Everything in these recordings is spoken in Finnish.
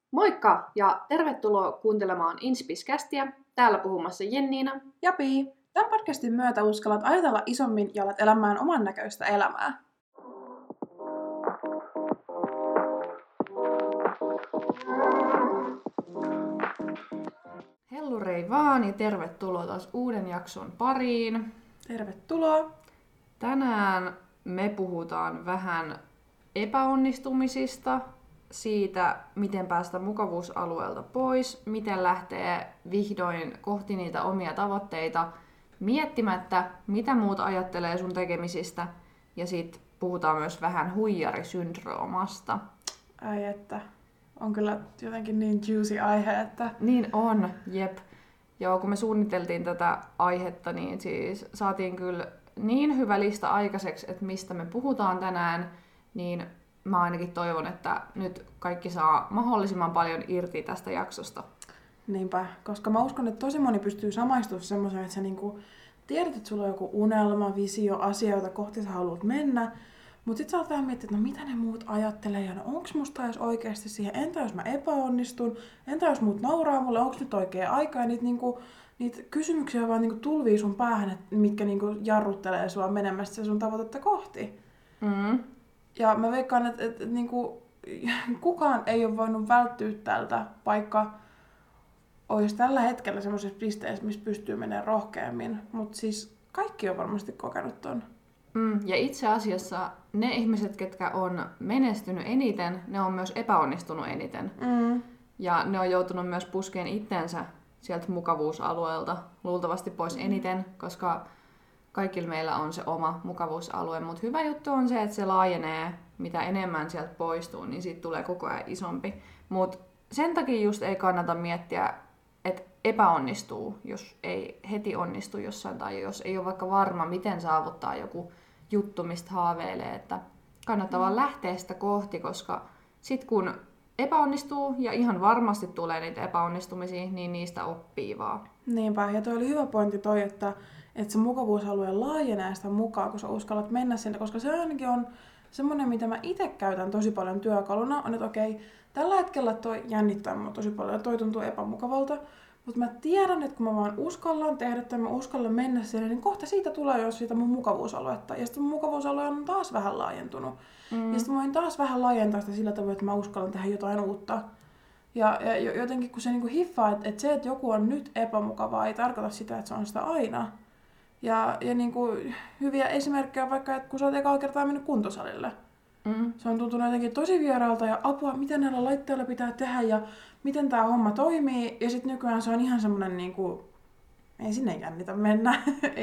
Moikka ja tervetuloa kuuntelemaan Inspiskästiä. Täällä puhumassa Jenniina. Ja Pii, tämän podcastin myötä uskallat ajatella isommin ja alat elämään oman näköistä elämää. Hellurei vaan ja tervetuloa taas uuden jakson pariin. Tervetuloa! Tänään me puhutaan vähän epäonnistumisista, siitä, miten päästä mukavuusalueelta pois, miten lähtee vihdoin kohti niitä omia tavoitteita miettimättä, mitä muut ajattelee sun tekemisistä. Ja sitten puhutaan myös vähän huijarisyndroomasta. Ai että, on kyllä jotenkin niin juicy aihe, että... Niin on, jep. Joo, kun me suunniteltiin tätä aihetta, niin siis saatiin kyllä niin hyvä lista aikaiseksi, että mistä me puhutaan tänään, niin mä ainakin toivon, että nyt kaikki saa mahdollisimman paljon irti tästä jaksosta. Niinpä, koska mä uskon, että tosi moni pystyy samaistumaan semmoiseen, että sä niinku tiedät, että sulla on joku unelma, visio, asia, jota kohti sä haluat mennä, mutta sit sä oot vähän miettinyt, että no mitä ne muut ajattelee ja no onks musta edes oikeasti siihen, entä jos mä epäonnistun, entä jos muut nauraa mulle, onks nyt oikea aika, ja niitä kysymyksiä vaan niinku tulvii sun päähän, mitkä niinku jarruttelee sua menemästä sun tavoitetta kohti. Mm. Ja mä veikkaan, että niinku, kukaan ei ole voinut välttyä tältä, vaikka olisi tällä hetkellä semmoisessa pisteessä, missä pystyy menemään rohkeammin. Mutta siis kaikki on varmasti kokenut ton. Ja itse asiassa ne ihmiset, ketkä on menestynyt eniten, ne on myös epäonnistunut eniten. Ja ne on joutunut myös puskeen itsensä sieltä mukavuusalueelta luultavasti pois eniten, koska kaikilla meillä on se oma mukavuusalue. Mutta hyvä juttu on se, että se laajenee, mitä enemmän sieltä poistuu, niin siitä tulee koko ajan isompi. Mutta sen takia just ei kannata miettiä, että epäonnistuu, jos ei heti onnistu jossain, tai jos ei ole vaikka varma, miten saavuttaa joku juttu, mistä haaveilee, että kannattaa vaan lähteä sitä kohti, koska sit kun epäonnistuu, ja ihan varmasti tulee niitä epäonnistumisia, niin niistä oppii vaan. Niinpä, ja toi oli hyvä pointti toi, että se mukavuusalue laajenee sitä mukaan, kun sä uskallat mennä sinne, koska se ainakin on semmoinen, mitä mä itse käytän tosi paljon työkaluna, on, että okei, tällä hetkellä toi jännittää mua tosi paljon ja toi tuntuu epämukavalta, mutta mä tiedän, että kun mä vaan uskallan tehdä tai mä uskallan mennä sinne, niin kohta siitä tulee jo siitä mun mukavuusaluetta. Ja sitten mun mukavuusalue on taas vähän laajentunut. Ja sitten mä voin taas vähän laajentaa sitä sillä tavoin, että mä uskallan tehdä jotain uutta. Ja jotenkin kun se niinku hiffaa, että se, että joku on nyt epämukavaa, ei tarkoita sitä, että se on sitä aina. Ja niinku hyviä esimerkkejä on vaikka, että kun sä oot ekaa kertaa mennyt kuntosalille. Se on tuntunut jotenkin tosi vieraalta ja apua, mitä näillä laitteilla pitää tehdä ja miten tää homma toimii. Ja sitten nykyään se on ihan semmonen niinku, ei sinne jännitä mennä.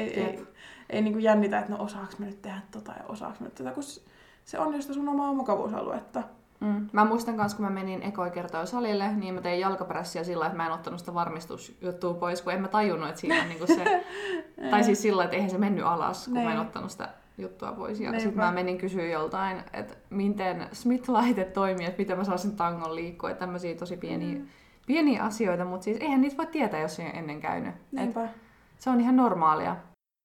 ei niinku jännitä, että no osaaks mä nyt tehdä tota ja osaaks mä nyt tätä, kun se on just sun omaa mukavuusaluetta. Mä muistan kans, kun mä menin ekoi kertaa salille, niin mä tein jalkapressiä sillä, että mä en ottanut sitä varmistusjuttua pois, kun en mä tajunnut, että siinä on niinku se... tai siis sillä, että eihän se mennyt alas, kun mä en ottanut sitä juttua pois. Ja sitten mä menin kysyä joltain, että miten Smith-laite toimii, että miten mä saisin tangon liikkua. Että tämmöisiä tosi pieniä asioita, mutta siis eihän niitä voi tietää, jos ei ole ennen käynyt. Se on ihan normaalia.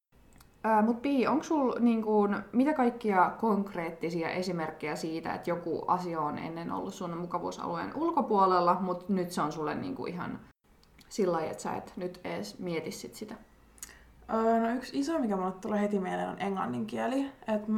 Mutta Pii, onko sulla mitä kaikkia konkreettisia esimerkkejä siitä, että joku asia on ennen ollut sun mukavuusalueen ulkopuolella, mutta nyt se on sulle ihan sillä lailla, että sä et nyt edes mieti sitä? No yksi iso, mikä mulle tulee heti mieleen, on englannin kieli.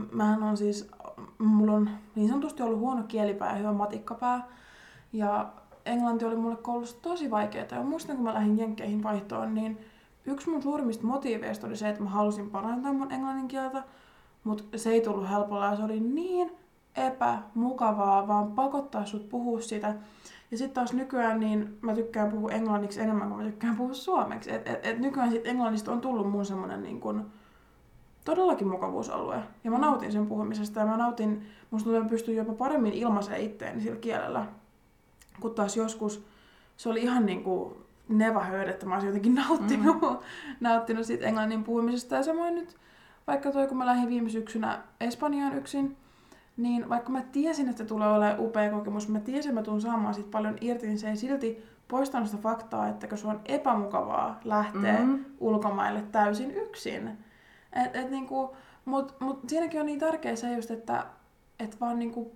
Mulla on niin sanotusti ollut huono kielipää ja hyvä matikkapää. Ja englanti oli mulle koulussa tosi vaikeaa. Ja muistan, kun mä lähdin Jenkkeihin vaihtoon, niin yksi mun suurimmista motiiveista oli se, että mä halusin parantaa mun englannin kieltä. Mutta se ei tullut helpolla ja se oli niin epämukavaa vaan pakottaa sut puhua sitä. Ja sitten taas nykyään niin mä tykkään puhua englanniksi enemmän kuin mä tykkään puhua suomeksi. Et nykyään sit englannista on tullut mun semmonen niin kun todellakin mukavuusalue. Ja mä nautin sen puhumisesta ja musta tuntuu, että mä pystyn jopa paremmin ilmaisemaan itteeni sillä kielellä. Kun taas joskus se oli ihan niinku never heard, että mä olisin jotenkin nauttinut siitä englannin puhumisesta. Ja samoin nyt, vaikka kun mä lähdin viime syksynä Espanjaan yksin, niin vaikka mä tiesin, että tulee olemaan upea kokemus, mä tiesin, että mä tuun saamaan siitä paljon irti, niin se ei silti poistanut sitä faktaa, että se on epämukavaa lähteä ulkomaille täysin yksin. Mut siinäkin on niin tärkeä se just, että vaan niinku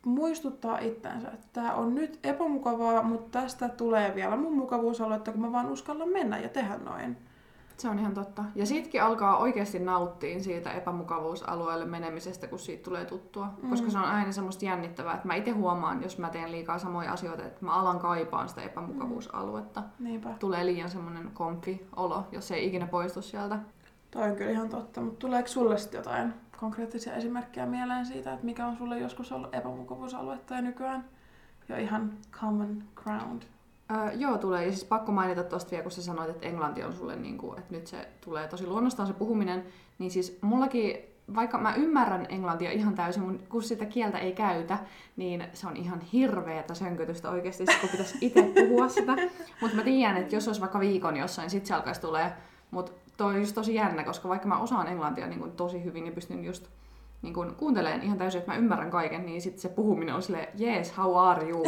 muistuttaa itsensä, että tää on nyt epämukavaa, mutta tästä tulee vielä mun mukavuusaluetta, kun mä vaan uskallan mennä ja tehdä noin. Se on ihan totta. Ja siitäkin alkaa oikeasti nauttia siitä epämukavuusalueelle menemisestä, kun siitä tulee tuttua. Koska se on aina semmoista jännittävää, että mä itse huomaan, jos mä teen liikaa samoja asioita, että mä alan kaipaan sitä epämukavuusaluetta. Niinpä. Tulee liian semmoinen comfy olo, jos ei ikinä poistu sieltä. Toi on kyllä ihan totta, mutta tuleeko sulle sitten jotain konkreettisia esimerkkejä mieleen siitä, että mikä on sulle joskus ollut epämukavuusaluetta ja nykyään jo ihan common ground? Joo, tulee. Ja siis pakko mainita tosta vielä, kun sä sanoit, että englanti on sulle, niin kuin, että nyt se tulee tosi luonnostaan se puhuminen, niin siis mullakin, vaikka mä ymmärrän englantia ihan täysin, kun sitä kieltä ei käytä, niin se on ihan hirveetä sönkötystä oikeasti, kun pitäisi itse puhua sitä. Mutta mä tiedän, että jos olisi vaikka viikon jossain, sit se alkaisi tulee. Mutta toi on just tosi jännä, koska vaikka mä osaan englantia niin kuin tosi hyvin, niin pystyn just niin kun kuuntelen ihan täysin, että mä ymmärrän kaiken, niin sitten se puhuminen on silleen, yes, how are you?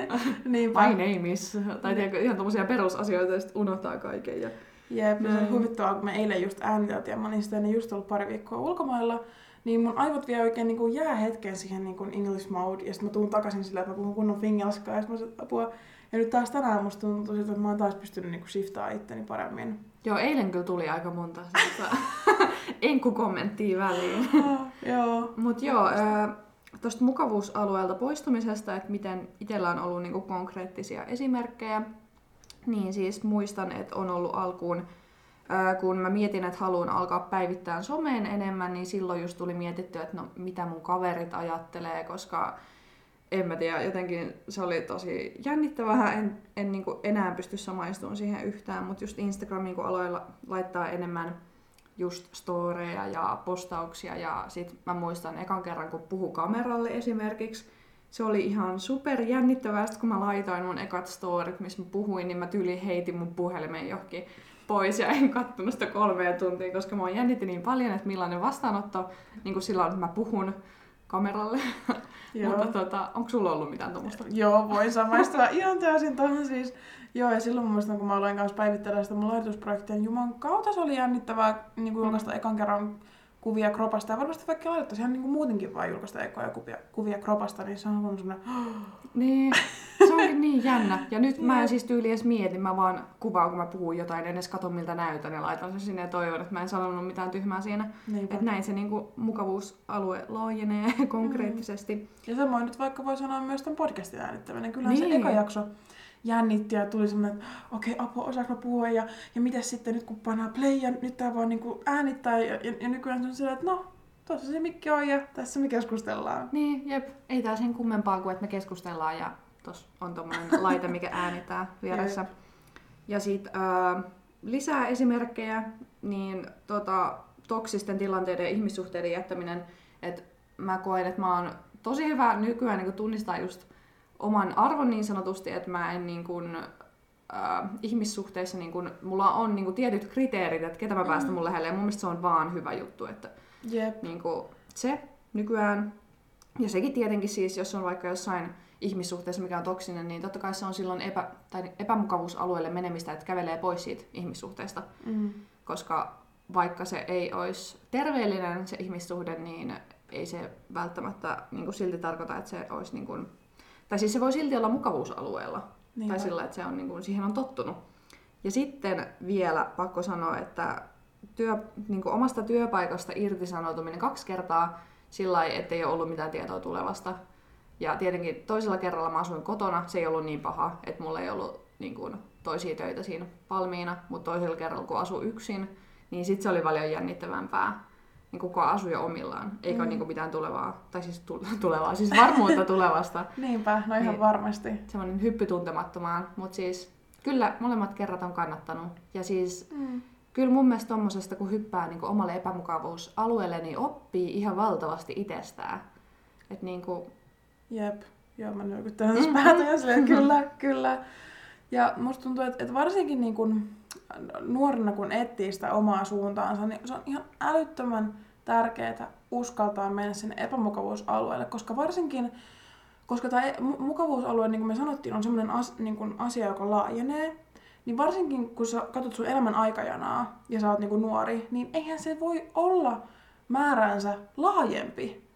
My name is. Tai tiedätkö, ihan tommosia perusasioita, ja sitten unohtaa kaiken. Ja jep, se on huvittavaa, kun me eilen just ääniteltiin, ja mä olin sitten just ollut pari viikkoa ulkomailla, niin mun aivot vielä oikein niin kuin jää hetken siihen niin kuin English mode, ja sitten mä tuun takaisin sillä, että mä puhun kunnon fingelskaa, ja sitten mä sanoin, apua. Ja nyt taas tänään musta tuntuu siltä, että mä oon taas pystynyt niin kuin shiftaa itteni paremmin. Joo, eilen kyllä tuli aika monta enkukommenttia väliin. Joo. Mut joo, tuosta mukavuusalueelta poistumisesta, että miten itsellä on ollut niinku konkreettisia esimerkkejä, niin siis muistan, että on ollut alkuun, kun mä mietin, että haluan alkaa päivittää someen enemmän, niin silloin just tuli mietittyä, että no mitä mun kaverit ajattelee, koska en mä tiedä, jotenkin se oli tosi jännittävää, en niinku enää pysty samaistumaan siihen yhtään, mutta just Instagramiin kun aloin laittaa enemmän just storeja ja postauksia ja sit mä muistan ekan kerran kun puhu kameralle esimerkiksi, se oli ihan super jännittävää, kun mä laitoin mun ekat storit, missä mä puhuin, niin mä tyyliin heitin mun puhelimen johonkin pois ja en kattonut sitä 3 tuntia, koska mä jännitti niin paljon, että millainen vastaanotto niin kuin silloin, että mä puhun kameralle. Mutta onko sulla ollut mitään tuommoista? Joo, voin samaistua ihan täysin tuohon siis. Joo, ja silloin muistan, kun mä aloin kanssa päivittää sitä mun laitousprojektia, niin juman kautta se oli jännittävää niin julkaista ekan kerran kuvia kropasta. Ja varmasti vaikka laittaisi ihan niin kuin muutenkin vaan julkaista ekoja kuvia kropasta, niin se on semmoinen... Niin, se onkin niin jännä. Ja nyt mä en siis tyyli edes mieti, mä vaan kuvaan, kun mä puhun jotain, en edes katso miltä näytän ja laitan sen sinne ja toivon, että mä en sanonut mitään tyhmää siinä. Että näin se niinku mukavuusualue laajenee konkreettisesti. Ja samoin nyt vaikka voi sanoa myös tämän podcastin äänittäminen. Kyllähän se eka jakso jännitti ja tuli semmoinen, että okei, apua, osaanko mä puhua ja mitäs sitten nyt kun pannaan play ja nyt tää vaan niinku äänittää ja nykyään se on sillä, että no, tuossa se mikki on ja tässä me keskustellaan. Niin, jep. Ei tää sen kummempaa kuin, että me keskustellaan ja tossa on tommonen laite, mikä äänittää vieressä. Ja sit lisää esimerkkejä, niin toksisten tilanteiden ja ihmissuhteiden jättäminen, että mä koen, että mä oon tosi hyvä nykyään niin tunnistaa just oman arvon niin sanotusti, että mä en niin kuin, ihmissuhteissa, niin kuin, mulla on niin kuin tietyt kriteerit, että ketä mä päästän mun lähelle, ja mun mielestä se on vaan hyvä juttu, että niin kuin, se nykyään, ja sekin tietenkin siis, jos on vaikka jossain ihmissuhteessa, mikä on toksinen, niin totta kai se on silloin epämukavuusalueelle menemistä, että kävelee pois siitä ihmissuhteesta, koska vaikka se ei olisi terveellinen se ihmissuhde, niin ei se välttämättä niin kuin silti tarkoita, että se olisi niin kuin, tai siis se voi silti olla mukavuusalueella. Tai sillä, että se on, niin kuin, siihen on tottunut. Ja sitten vielä pakko sanoa, että niin kuin omasta työpaikasta irtisanoutuminen 2 kertaa sillä lailla, ettei ole ollut mitään tietoa tulevasta. Ja tietenkin toisella kerralla mä asuin kotona, se ei ollut niin paha, että mulla ei ollut niin kuin, toisia töitä siinä valmiina. Mutta toisella kerralla, kun asui yksin, niin sitten se oli paljon jännittävämpää. Niin kukaan asui jo omillaan, eikä niinku mitään tulevaa, tai siis tulevaa, siis varmuutta tulevasta. Niinpä, no ihan varmasti. Semmoinen hyppy tuntemattomaan, mutta siis kyllä molemmat kerrat on kannattanut. Ja siis kyllä mun mielestä tommosesta, kun hyppää niinku omalle epämukavuusalueelle, niin oppii ihan valtavasti itsestään. Et niinku... Jep, joo mä nyökyttelen tässä päätä ja silleen, kyllä. Ja musta tuntuu, että varsinkin niin kun nuorena kun etsii sitä omaa suuntaansa, niin se on ihan älyttömän tärkeää uskaltaa mennä sinne epämukavuusalueelle, koska tämä mukavuusalue, niin kuin me sanottiin, on sellainen niin asia, joka laajenee, niin varsinkin kun sä katsot sun elämän aikajanaa ja sä oot niin nuori, niin eihän se voi olla määränsä laajempi.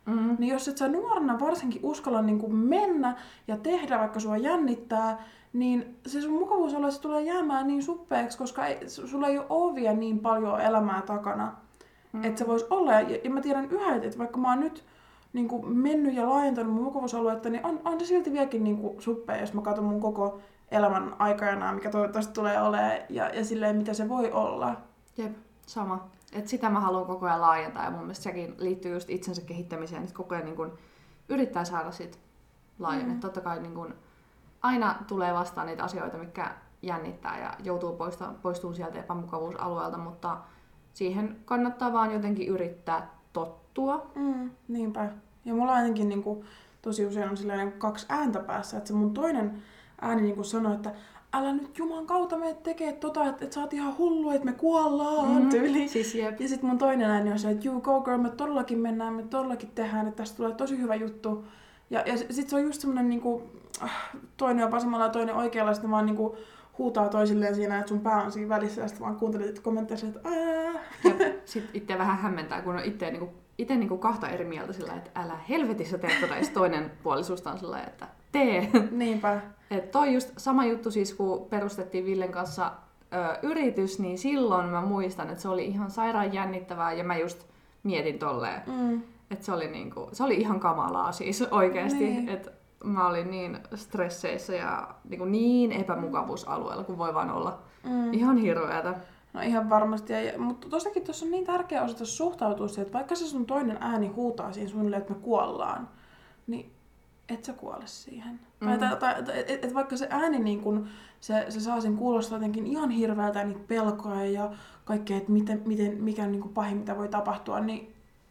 niin jos et sä nuorena varsinkin uskalla niin kuin mennä ja tehdä, vaikka sua jännittää, niin se sun mukavuusalue se tulee jäämään niin suppeeksi, koska sulla ei ole vielä niin paljon elämää takana, että se voisi olla. Ja mä tiedän yhä, että vaikka mä oon nyt niin kuin mennyt ja laajentanut mun mukavuusaluetta, niin on se silti vieläkin niin kuin suppea, jos mä katson mun koko elämän aikana, mikä toivottavasti tulee olemaan, ja silleen, mitä se voi olla. Jep, sama. Et sitä mä haluan koko ajan laajentaa, ja mun mielestä sekin liittyy just itsensä kehittämiseen, että koko ajan niin kun yrittää saada sit laajennettua. Totta kai niin kun aina tulee vastaan niitä asioita, mitkä jännittää ja joutuu poistumaan sieltä epämukavuusalueelta, mutta siihen kannattaa vaan jotenkin yrittää tottua. Niinpä. Ja mulla ainakin niin kuin, tosi usein on silleen, 2 ääntä päässä, että se mun toinen ääni niin kuin sanoo, että älä nyt Jumalan kautta mene tekee että sä oot ihan hullu, että me kuollaan tyyli. Siis ja sit mun toinen ääni on se, että you go girl, me todellakin mennään, me todellakin tehdään, että tästä tulee tosi hyvä juttu. Ja sit se on just semmonen niinku, toinen on vasemmalla ja toinen oikealla, sitten vaan niinku huutaa toisilleen siinä, että sun pää on siinä välissä ja sitten vaan kuuntelet kommentteja, että sitten itse vähän hämmentää, kun on itse niinku 2 eri mieltä sillä, että älä helvetissä tee tota, ja toinen puolisuus on sillä, että tee. Niinpä. Et toi just sama juttu siis, kun perustettiin Villen kanssa yritys, niin silloin mä muistan, että se oli ihan sairaan jännittävää ja mä just mietin tolleen. Että se oli ihan kamalaa siis oikeesti. Niin. Että mä olin niin stresseissä ja niin epämukavuusalueella kuin voi vaan olla. Ihan hirveätä. No ihan varmasti. Mutta tostakin tuossa on niin tärkeää osata suhtautua siihen, että vaikka se sun toinen ääni huutaa siinä suunnilleen, että me kuollaan, niin et sä kuole siihen. Tai vaikka se ääni, niin kun, se saa sen kuulostaa jotenkin ihan hirveältä, niitä pelkoja ja kaikkea, että mikä on niin kun pahin, mitä voi tapahtua, niin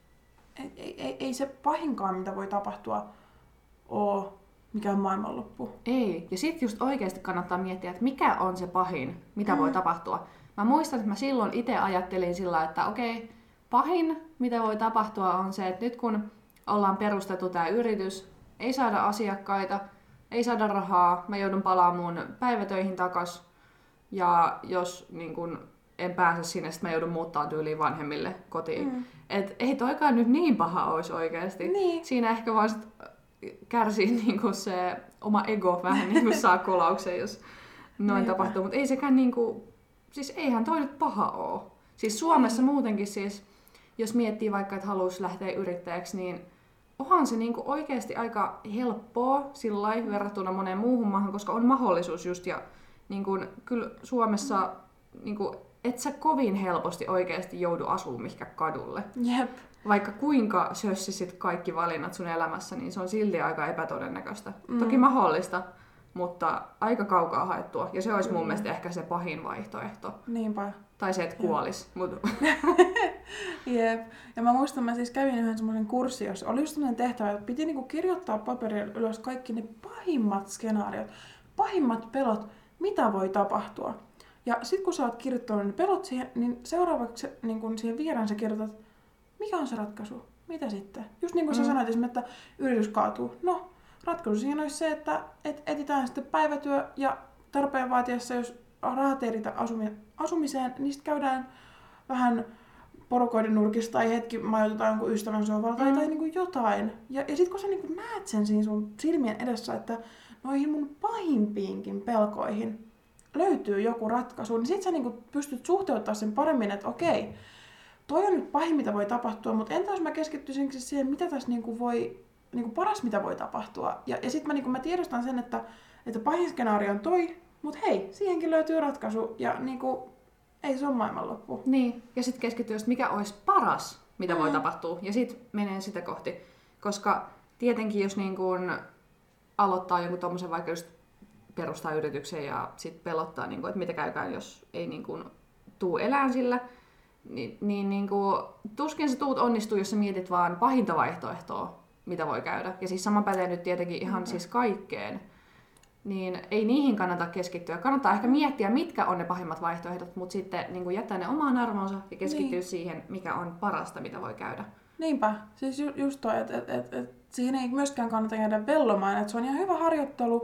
ei se pahinkaan, mitä voi tapahtua, ole mikään maailmanloppu. Ei. Ja sit just oikeasti kannattaa miettiä, että mikä on se pahin, mitä voi tapahtua. Mä muistan, että mä silloin itse ajattelin sillä, että okei, pahin, mitä voi tapahtua, on se, että nyt kun ollaan perustettu tää yritys, ei saada asiakkaita, ei saada rahaa, mä joudun palaamaan mun päivätöihin takas. Ja jos niin kun en pääse sinne, sit mä joudun muuttaa tyyliin vanhemmille kotiin. Et ei toikaan nyt niin paha olisi oikeesti. Niin. Siinä ehkä vaan sit kärsii niinku se oma ego vähän niinku saa kolauksen, jos noin tapahtuu. Mutta ei sekään niinku, siis eihän toi nyt paha oo. Siis Suomessa muutenkin siis, jos miettii vaikka, että haluaisi lähteä yrittäjäksi, niin onhan se niinku oikeasti aika helppoa sillai verrattuna moneen muuhun maahan, koska on mahdollisuus just ja niinku, kyllä Suomessa niinku, et sä kovin helposti oikeasti joudu asumaan mihinkään kadulle. Jep. Vaikka kuinka sössisit kaikki valinnat sun elämässä, niin se on silti aika epätodennäköistä. Toki mahdollista, mutta aika kaukaa haettua. Ja se olisi mun mielestä ehkä se pahin vaihtoehto. Niinpä. Tai se, että kuolis. Jep. Ja mä muistan, mä siis kävin yhden semmoisen kurssin, jossa oli just semmoinen tehtävä, että piti niinku kirjoittaa paperille ylös kaikki ne pahimmat skenaariot, pahimmat pelot, mitä voi tapahtua. Ja sit kun sä oot kirjoittanut ne pelot siihen, niin seuraavaksi niin kun siihen vierään sä kirjoitat, mikä on se ratkaisu? Mitä sitten? Just niin kuin sä sanoit esimerkiksi, että yritys kaatuu. No, ratkaisu siinä olisi se, että etsitään sitten päivätyö ja tarpeen vaatiessa, jos rahat ei riitä asumiseen, niin sitten käydään vähän porukoiden nurkista tai hetki majoitutaan jonkun ystävän sohvalla tai niin kuin jotain. Ja sitten kun sä niin kuin näet sen siinä sun silmien edessä, että noihin mun pahimpiinkin pelkoihin löytyy joku ratkaisu, niin sit sä niin kuin pystyt suhteuttamaan sen paremmin, että okei, toi on nyt pahin, mitä voi tapahtua, mutta entä jos mä keskittyisin siihen, mitä tässä niinku voi, niinku paras, mitä voi tapahtua. Ja sitten mä tiedostan sen, että pahin skenaario on toi, mutta hei, siihenkin löytyy ratkaisu ja niinku, ei se ole maailmanloppu. Niin, ja sitten keskittyy, mikä olisi paras, mitä voi tapahtua, ja sitten menee sitä kohti. Koska tietenkin, jos niinku aloittaa jonkun tommosen vaikka just perustaa yrityksen ja sitten pelottaa, niinku, että mitä käykään, jos ei niinku tuu elään sillä, niin tuskin sä tuut onnistuu, jos sä mietit vaan pahinta vaihtoehtoa, mitä voi käydä. Ja siis sama pätee nyt tietenkin ihan siis kaikkeen. Niin ei niihin kannata keskittyä. Kannattaa ehkä miettiä, mitkä on ne pahimmat vaihtoehdot, mutta sitten niin jättää ne omaan arvoonsa ja keskittyä siihen, mikä on parasta, mitä voi käydä. Niinpä. Siis just toi, että siihen ei myöskään kannata jäädä vellomaan. Että se on ihan hyvä harjoittelu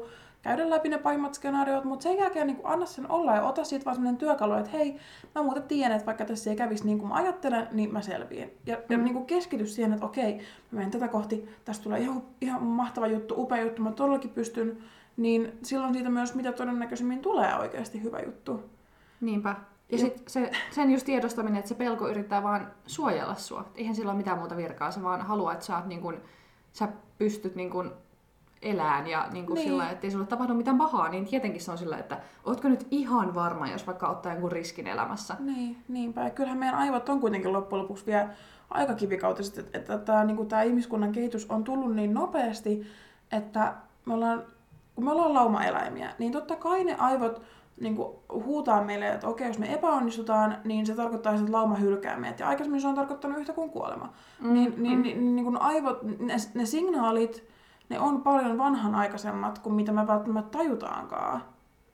käydä läpi ne pahimmat skenaariot, mutta sen jälkeen niin anna sen olla ja ota siitä vaan sellainen työkalu, että hei, mä muuten tiedän, että vaikka tässä ei kävisi niin kuin mä ajattelen, niin mä selviin. Ja niin kuin keskity siihen, että okei, mä menen tätä kohti, tästä tulee ihan mahtava juttu, upea juttu, mä todellakin pystyn, niin silloin siitä myös mitä todennäköisimmin tulee oikeasti hyvä juttu. Niinpä. Ja sitten sen just tiedostaminen, että se pelko yrittää vaan suojella sua. Eihän sillä ole mitään muuta virkaa, se vaan haluaa, että sä pystyt elään ja sillä, että ei sulle tapahdu mitään pahaa, niin tietenkin se on sillä, että ootko nyt ihan varma, jos vaikka ottaa jonkun riskin elämässä. Niinpä. Ja kyllähän meidän aivot on kuitenkin loppujen lopuksi vielä aika kivikautiset, että tämä ihmiskunnan kehitys on tullut niin nopeasti, että kun me ollaan laumaeläimiä, niin totta kai ne aivot huutaa meille, että okei, jos me epäonnistutaan, niin se tarkoittaa, että lauma hylkää meidät. Ja aikaisemmin se on tarkoittanut yhtä kuin kuolema. Niin kun aivot, ne signaalit, ne on paljon vanhanaikaisemmat kuin mitä me välttämättä tajutaankaan.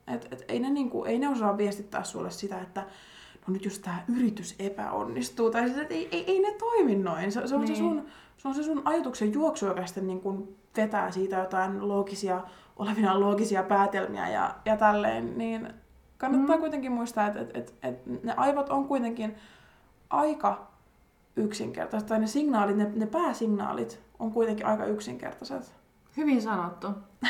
Ei ne osaa viestittää sulle sitä, että no nyt jos tämä yritys epäonnistuu, tai sitä, että ei ne toimi noin. Se on se sun ajatuksen juoksu, joka sitten vetää siitä jotain loogisia päätelmiä ja tälleen, niin kannattaa kuitenkin muistaa, että ne aivot on kuitenkin aika yksinkertaiset, tai ne signaalit, ne pääsignaalit on kuitenkin aika yksinkertaiset. Hyvin sanottu.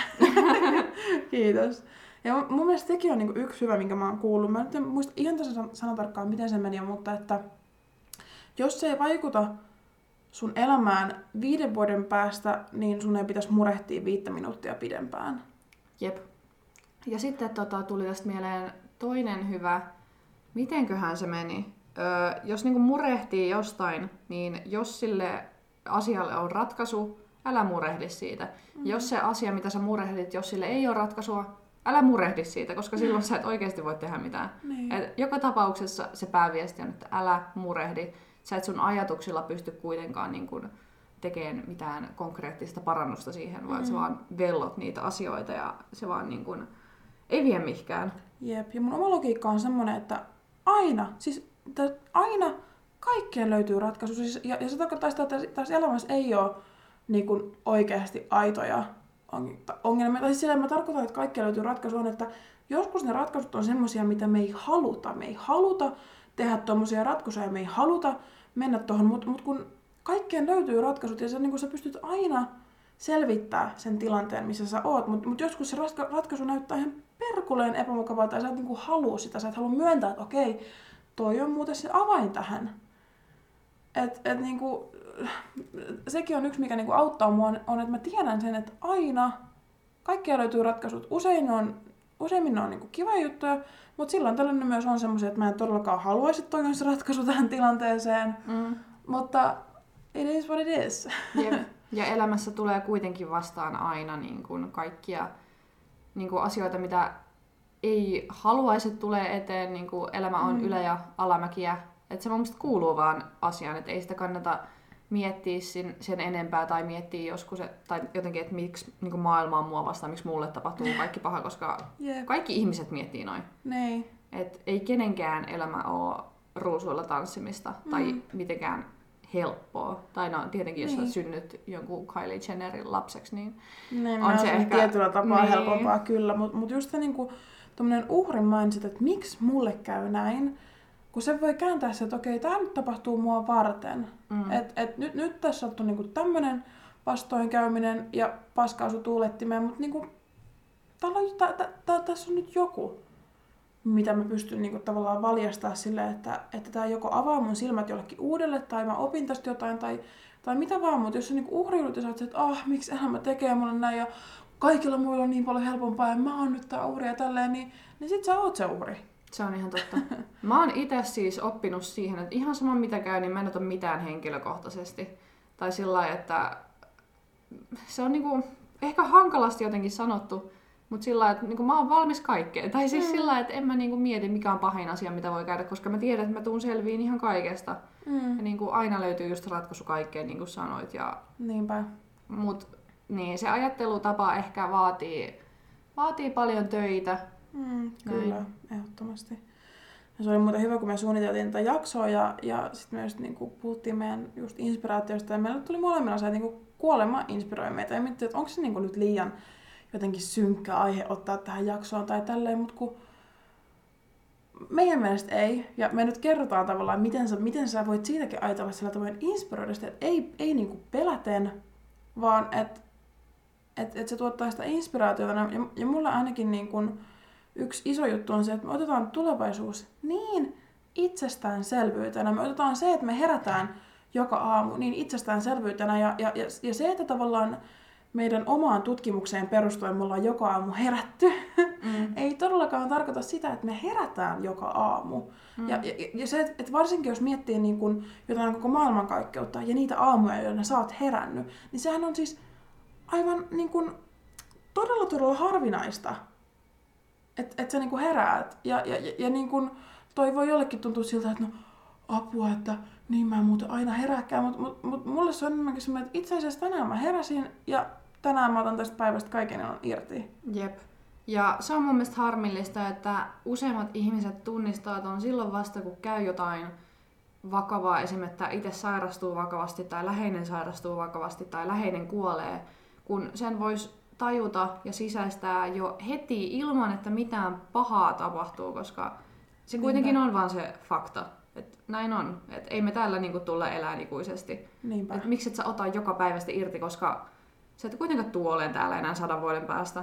Kiitos. Ja mun mielestä sekin on yksi hyvä, minkä mä oon kuullut. Mä nyt en muista ihan sanatarkkaan, miten se meni, mutta että jos se ei vaikuta sun elämään 5 vuoden päästä, niin sun ei pitäisi murehtia 5 minuuttia pidempään. Jep. Ja sitten tuli tästä mieleen toinen hyvä. Mitenköhän se meni? Jos murehtii jostain, niin jos sille asialle on ratkaisu, älä murehdi siitä. Jos se asia, mitä sä murehdit, jos sille ei ole ratkaisua, älä murehdi siitä, koska silloin sä et oikeasti voi tehdä mitään. Et joka tapauksessa se pääviesti on, että älä murehdi. Sä et sun ajatuksilla pysty kuitenkaan tekemään mitään konkreettista parannusta siihen, vaan sä vaan vellot niitä asioita ja se vaan ei vie mihinkään. Jep, ja mun oma logiikka on semmoinen, että aina kaikkeen löytyy ratkaisu. Ja se tarkoittaa sitä, että tässä elämässä ei ole oikeasti aitoja ongelmia. Tai sillä mä tarkoitan, että kaikkeen löytyy ratkaisu on, että joskus ne ratkaisut on semmoisia, mitä me ei haluta. Me ei haluta tehdä tommosia ratkaisuja, me ei haluta mennä tuohon, mutta kun kaikkeen löytyy ratkaisut ja sä pystyt aina selvittää sen tilanteen, missä sä oot, mutta joskus se ratkaisu näyttää ihan perkuleen epämukavalta ja sä et halua sitä, sä et halua myöntää, että okei, toi on muuten se avain tähän. Sekin on yksi, mikä auttaa mua, on, että mä tiedän sen, että aina kaikkea löytyy ratkaisut. Useimmin ne on kiva juttuja, mutta silloin tällainen myös on semmoisia, että mä en todellakaan haluaisi, että toi on se ratkaisu tähän tilanteeseen. Mutta it is what it is. Jep. Ja elämässä tulee kuitenkin vastaan aina kaikkia asioita, mitä ei haluaisi, että tulee eteen. Elämä on ylä- ja alamäkiä. Että se mun mielestä kuuluu vaan asiaan, että ei sitä kannata miettiä sen enempää tai miettiä joskus, tai jotenkin, että miksi maailma on mua vastaan, miksi mulle tapahtuu kaikki paha, koska kaikki ihmiset miettii noin. Että ei kenenkään elämä ole ruusuilla tanssimista tai mitenkään helppoa. Tai no tietenkin, jos sä synnyt jonkun Kylie Jennerin lapseksi, niin on se ehkä tietyllä tapaa helpompaa kyllä. Mutta just se tommonen uhrin mindset, että miksi mulle käy näin, kun se voi kääntää se, että okei, tää nyt tapahtuu mua varten. Et nyt tässä sattuu tämmönen vastoinkäyminen ja paskaasu tuulettimeen, mutta tässä on nyt joku, mitä mä pystyn tavallaan valjastaa sille, että tää joko avaa mun silmät jollekin uudelle, tai mä opin tästä jotain, tai mitä vaan, mutta jos sä uhriudut ja sä oot, että miksi elämä tekee mulle näin, ja kaikilla muilla on niin paljon helpompaa, ja mä oon nyt tää uhri ja tälleen, niin sit sä oot se uhri. Se on ihan totta. Mä oon itse siis oppinut siihen, että ihan sama mitä käy, niin mä en ota mitään henkilökohtaisesti. Tai sillä lailla, että se on ehkä hankalasti jotenkin sanottu, mutta sillä lailla, että mä oon valmis kaikkeen. Tai siis sillä lailla, että en mä mieti mikä on pahin asia, mitä voi käydä, koska mä tiedän, että mä tuun selviin ihan kaikesta. Ja aina löytyy just ratkaisu kaikkeen, niin kuin sanoit. Niinpä. Mut niin, se ajattelutapa ehkä vaatii paljon töitä. Kyllä, ehdottomasti. Ja se oli muuten hyvä, kun me suunniteltiin tätä jaksoa ja sitten myös puhuttiin meidän just inspiraatiosta ja meille tuli molemmilla se, että kuolema inspiroi meitä. Ja miettii, että onko se nyt liian jotenkin synkkä aihe ottaa tähän jaksoon tai tälleen, mutta kun meidän mielestä ei, ja me nyt kerrotaan tavallaan, miten sä voit siitäkin ajatella sillä tavoin inspiroidusti, että ei niinku peläten, vaan että se tuottaa sitä inspiraatiota. Ja mulla ainakin niinku yksi iso juttu on se, että me otetaan tulevaisuus niin itsestäänselvyytenä. Me otetaan se, että me herätään joka aamu niin itsestäänselvyytenä. Ja se, että tavallaan meidän omaan tutkimukseen perustuen me ollaan joka aamu herätty, ei todellakaan tarkoita sitä, että me herätään joka aamu. Ja se, että varsinkin jos miettii niin kun jotain koko maailmankaikkeutta ja niitä aamuja, joilla sä oot herännyt, niin sehän on siis aivan niin kun todella harvinaista, että sä niin kun heräät. Ja niin kun toi voi jollekin tuntua siltä, että no apua, että niin mä en muuten aina herääkään, mutta mulle se on enemmänkin semmoinen, että itse asiassa tänään mä heräsin ja tänään mä otan tästä päivästä kaiken irti. Jep. Ja se on mun mielestä harmillista, että useimmat ihmiset tunnistaa ton silloin vasta, kun käy jotain vakavaa, esimerkiksi että itse sairastuu vakavasti tai läheinen sairastuu vakavasti tai läheinen kuolee, kun sen voisi tajuta ja sisäistää jo heti ilman, että mitään pahaa tapahtuu, koska se kuitenkin on vaan se fakta. Et näin on. Et ei me täällä niinku tulla elää ikuisesti. Et miksi et sä ota joka päivästä irti, koska sä et kuitenkaan tuu olemaan täällä enää 100 vuoden päästä.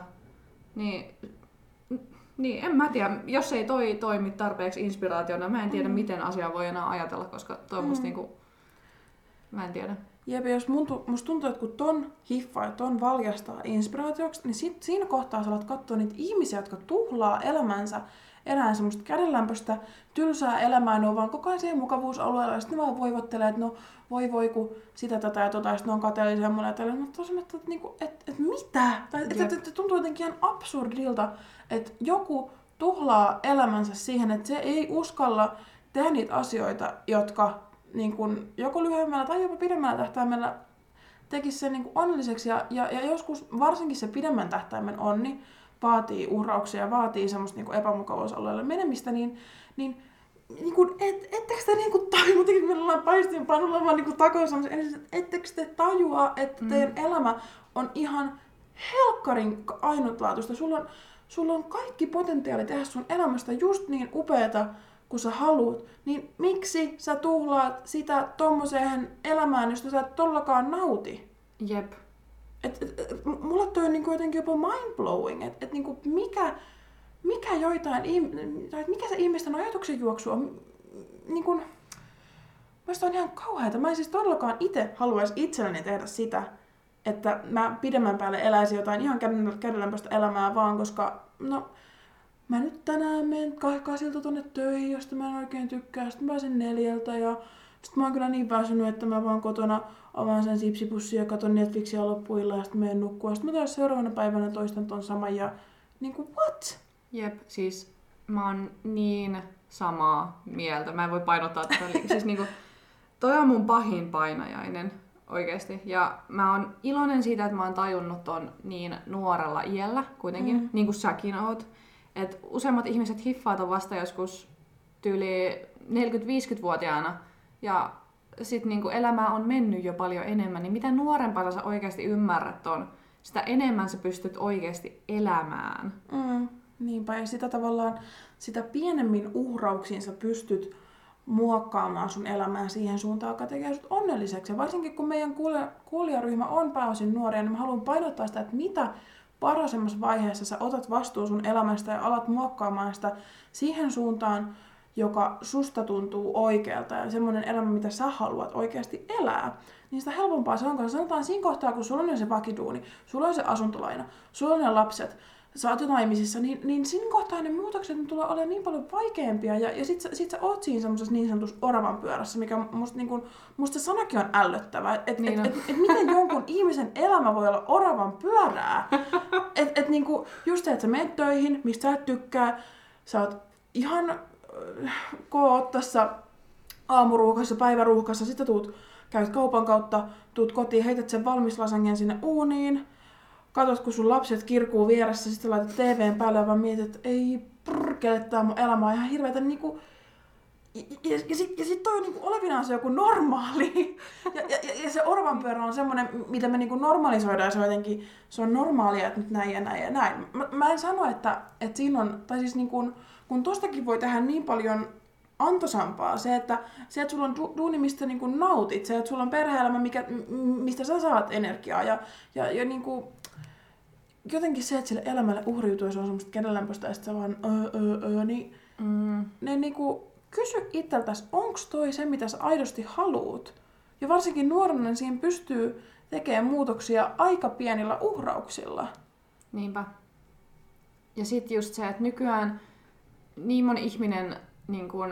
Niin en mä tiedä. Jos ei toi toimi tarpeeksi inspiraationa, mä en tiedä miten asiaa voi enää ajatella, koska toi musta niinku... Mä en tiedä. Jep, jos musta tuntuu, että kun ton hiffaa ja ton valjastaa inspiraatioksi, niin siinä kohtaa sä alat katsoa niitä ihmisiä, jotka tuhlaa elämänsä enää semmoista kädenlämpöistä, tylsää elämää, ne on vaan koko ajan siihen mukavuusalueella, ja sitten ne vaan voivottelee, että no voi kun sitä tätä ja tota, ja sitten ne on kateellisia mulle, ja tälleen, mutta tosiaan, että mitä? Tai että tuntuu jotenkin ihan absurdilta, että joku tuhlaa elämänsä siihen, että se ei uskalla tehdä niitä asioita, jotka niin kun, joko lyhyemmällä tai jopa pidemmällä tähtäimellä tekisi sen niin kun onnelliseksi, ja joskus varsinkin se pidemmän tähtäimen onni vaatii uhrauksia, vaatii semmoista niin epämukavuusalueelle menemistä, niin ettekö te niin tajua, muutenkin kun meillä ollaan paistinpannulla vaan niin takoin semmoisen, ettekö te tajua, että teidän elämä on ihan helkkarin ainutlaatuista. Sulla on kaikki potentiaali tehdä sun elämästä just niin upeata, kun sä haluut, niin miksi sä tuhlaat sitä tommoseen elämään, josta sä et todellakaan nauti? Jep. Mulla toi on niinku jotenkin jopa mindblowing, että niinku mikä se ihmisten ajatuksen juoksu on. Niinku, mielestäni on ihan kauheata. Mä en siis todellakaan itse haluaisi itselleni tehdä sitä, että mä pidemmän päälle eläisin jotain ihan kädenlämpöistä elämää vaan, koska no mä nyt tänään menen 8 tonne töihin, josta mä en oikein tykkää. Sitten mä pääsen 4 ja sitten mä oon kyllä niin väsynyt, että mä vaan kotona avaan sen sipsipussin ja katon Netflixiä loppuilla ja sitten menen nukkua. Sitten mä taas seuraavana päivänä toistan ton saman ja niinku what? Jep, siis mä oon niin samaa mieltä. Mä en voi painottaa tätä. Siis niinku, toi on mun pahin painajainen oikeesti. Ja mä oon iloinen siitä, että mä oon tajunnut ton niin nuorella iällä kuitenkin, niin kuin säkin oot. Et useimmat ihmiset hiffaa ton vasta joskus tyyli 40-50-vuotiaana. Ja sit niinku elämää on mennyt jo paljon enemmän, niin mitä nuorempana sä oikeasti ymmärrät on, sitä enemmän sä pystyt oikeasti elämään. Niinpä, ja sitä tavallaan, sitä pienemmin uhrauksiin sä pystyt muokkaamaan sun elämää siihen suuntaan, joka tekee sut onnelliseksi. Ja varsinkin kun meidän kuulijaryhmä on pääosin nuoria, niin mä haluan painottaa sitä, että mitä parhaasemmassa vaiheessa sä otat vastuun sun elämästä ja alat muokkaamaan sitä siihen suuntaan, joka susta tuntuu oikealta ja semmoinen elämä, mitä sä haluat oikeasti elää, niin sitä helpompaa se on, koska sanotaan siinä kohtaa, kun sulla on se vakiduuni, sulla on se asuntolaina, sulla on ne lapset, sä oot jo naimisissa, niin siinä kohtaa ne muutokset ne tulee olemaan niin paljon vaikeampia ja sit sä oot siinä semmoisessa niin sanotussa oravan pyörässä, mikä musta se sanakin on ällöttävä, että miten jonkun ihmisen elämä voi olla oravan pyörää, että niinku, just se, että sä menet töihin, mistä sä et tykkää, sä oot ihan koot tässä aamuruuhkassa, päiväruuhkassa, sitten käyt kaupan kautta, tuut kotiin, heität sen valmis lasangen sinne uuniin, katot kun sun lapset kirkuu vieressä, sitten laitat TVn päälle ja vaan mietit, että ei prrkele, tää mun elämä on ihan hirveetä. Niinku, Ja sit toi on niinku olevinaan se joku normaali. Ja se orvanpyörä on semmoinen, mitä me niinku normalisoidaan. Se on jotenkin, se on normaalia, että nyt näin ja näin ja näin. Mä en sano, että siinä on, tai siis niinku, kun tostakin voi tehdä niin paljon antoisampaa. Se, että sulla on duuni, mistä niinku nautit. Se, että sulla on perhe-elämä, mistä sä saat energiaa. Ja niinku, jotenkin se, että sille elämälle uhriutuu, se on semmoista kädenlämpöistä, ja sitten sä vaan niin ne niinku, kysy itseltäsi, onko toi se, mitä sä aidosti haluut? Ja varsinkin nuorena siinä pystyy tekemään muutoksia aika pienillä uhrauksilla. Niinpä. Ja sitten just se, että nykyään niin moni ihminen niin kun,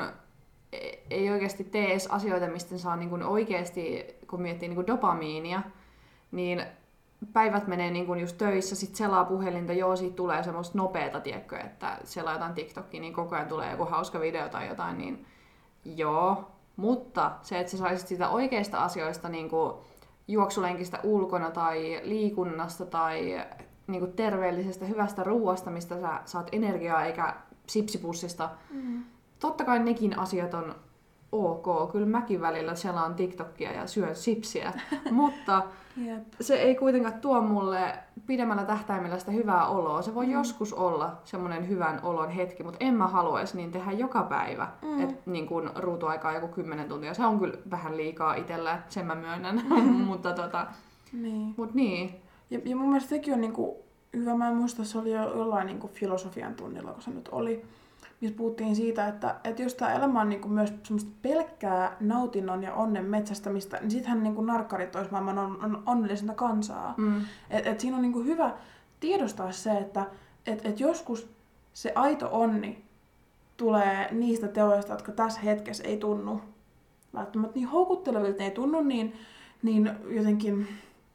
ei oikeasti tee edes asioita, mistä saa niin kun oikeasti, kun miettii niin kun dopamiinia, niin päivät menee niin kun just töissä, sit selaa puhelinta, joo, siitä tulee semmoista nopeata, tiedätkö, että selaa jotain TikTokia, niin koko ajan tulee joku hauska video tai jotain, niin joo. Mutta se, että sä saisit sitä oikeista asioista, niin kuin juoksulenkistä ulkona tai liikunnasta tai niin kuin terveellisestä, hyvästä ruuasta, mistä sä saat energiaa eikä sipsipussista. Totta kai nekin asiat on ok. Kyllä mäkin välillä selaan TikTokia ja syön sipsiä, mutta se ei kuitenkaan tuo mulle pidemmällä tähtäimellä sitä hyvää oloa. Se voi joskus olla semmoinen hyvän olon hetki, mutta en mä haluaisi niin tehdä joka päivä. Että niin kun ruutuaikaa joku 10 tuntia. Se on kyllä vähän liikaa itsellä, sen mä myönnän. mutta niin. Mut niin. Ja mun mielestä sekin on niinku hyvä. Mä en muista, se oli jo jollain niinku filosofian tunnilla, kun se nyt oli. Missä puhuttiin siitä, että jos tämä elämä on niinku myös semmoista pelkkää nautinnon ja onnen metsästämistä, niin sittenhän niinku narkkarit olisi maailman onnellisinta kansaa. Et siinä on niinku hyvä tiedostaa se, että joskus se aito onni tulee niistä teoista, jotka tässä hetkessä ei tunnu välttämättä niin houkuttelevilta, ne ei tunnu niin jotenkin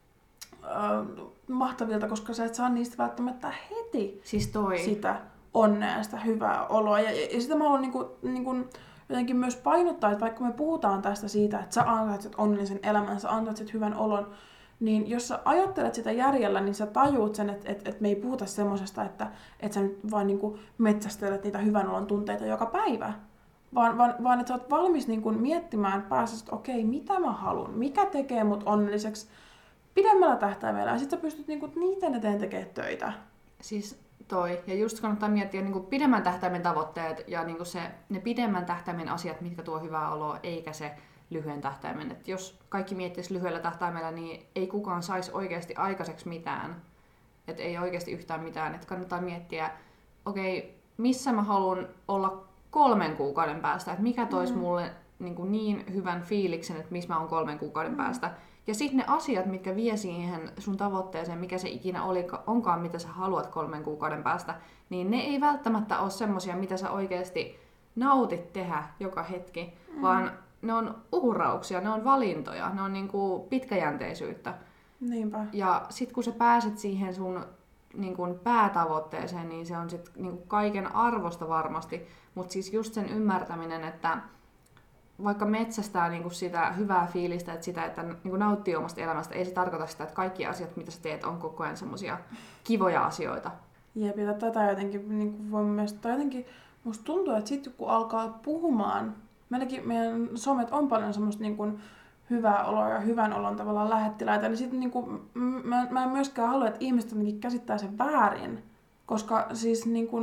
mahtavilta, koska sä et saa niistä välttämättä heti siis sitä onnea ja sitä hyvää oloa. Ja sitä mä haluan niin jotenkin myös painottaa, että vaikka me puhutaan tästä siitä, että sä ansaitset onnellisen elämän, sä ansaitset hyvän olon, niin jos sä ajattelet sitä järjellä, niin sä tajuut sen, että me ei puhuta semmosesta, että sä nyt vaan niin kuin metsästelet niitä hyvän olon tunteita joka päivä. Vaan että sä oot valmis niin kuin miettimään päässä, että okei, mitä mä haluan, mikä tekee mut onnelliseksi pidemmällä tähtäimellä. Ja sit sä pystyt niin kuin niiden eteen tekemään töitä. Siis toi. Ja just kannattaa miettiä niin kuin pidemmän tähtäimen tavoitteet ja niin kuin ne pidemmän tähtäimen asiat, mitkä tuo hyvää oloa, eikä se lyhyen tähtäimen. Et jos kaikki miettisi lyhyellä tähtäimellä, niin ei kukaan saisi oikeasti aikaiseksi mitään. Et ei oikeasti yhtään mitään. Et kannattaa miettiä, okei, missä mä haluan olla 3 kuukauden päästä. Et mikä toisi mulle niin hyvän fiiliksen, että missä mä oon 3 kuukauden päästä. Ja sitten ne asiat, mitkä vie siihen sun tavoitteeseen, mikä se ikinä onkaan, mitä sä haluat 3 kuukauden päästä, niin ne ei välttämättä ole semmosia, mitä sä oikeasti nautit tehdä joka hetki, vaan ne on uhrauksia, ne on valintoja, ne on niinku pitkäjänteisyyttä. Niinpä. Ja sit kun sä pääset siihen sun niinku päätavoitteeseen, niin se on sit niinku kaiken arvosta varmasti, mutta siis just sen ymmärtäminen, että vaikka metsästää niinku sitä hyvää fiilistä, että niinku nauttii omasta elämästä, ei se tarkoita sitä, että kaikki asiat, mitä sä teet, on koko ajan semmosia kivoja asioita. Jep, ja tätä jotenkin, niinku voi mielestä, jotenkin musta tuntuu, että sitten kun alkaa puhumaan, meidän somet on paljon semmoista niinku hyvää oloa ja hyvän olon tavallaan lähettiläitä, niin sitten niinku, mä en myöskään halua, että ihmiset jotenkin käsittää sen väärin, koska siis niinku,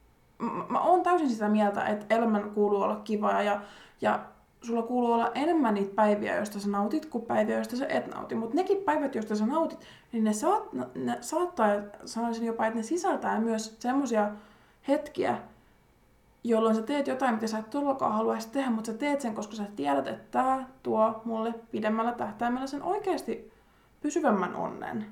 mä oon täysin sitä mieltä, että elämän kuuluu olla kivaa ja sulla kuuluu olla enemmän niitä päiviä, joista sä nautit, kuin päiviä, joista sä et nauti. Mutta nekin päivät, joista sä nautit, niin ne saattaa, sanoisin jopa, että ne sisältää myös semmosia hetkiä, jolloin sä teet jotain, mitä sä et todellakaan haluaisi tehdä, mutta sä teet sen, koska sä tiedät, että tää tuo mulle pidemmällä tähtäimellä sen oikeasti pysyvämmän onnen.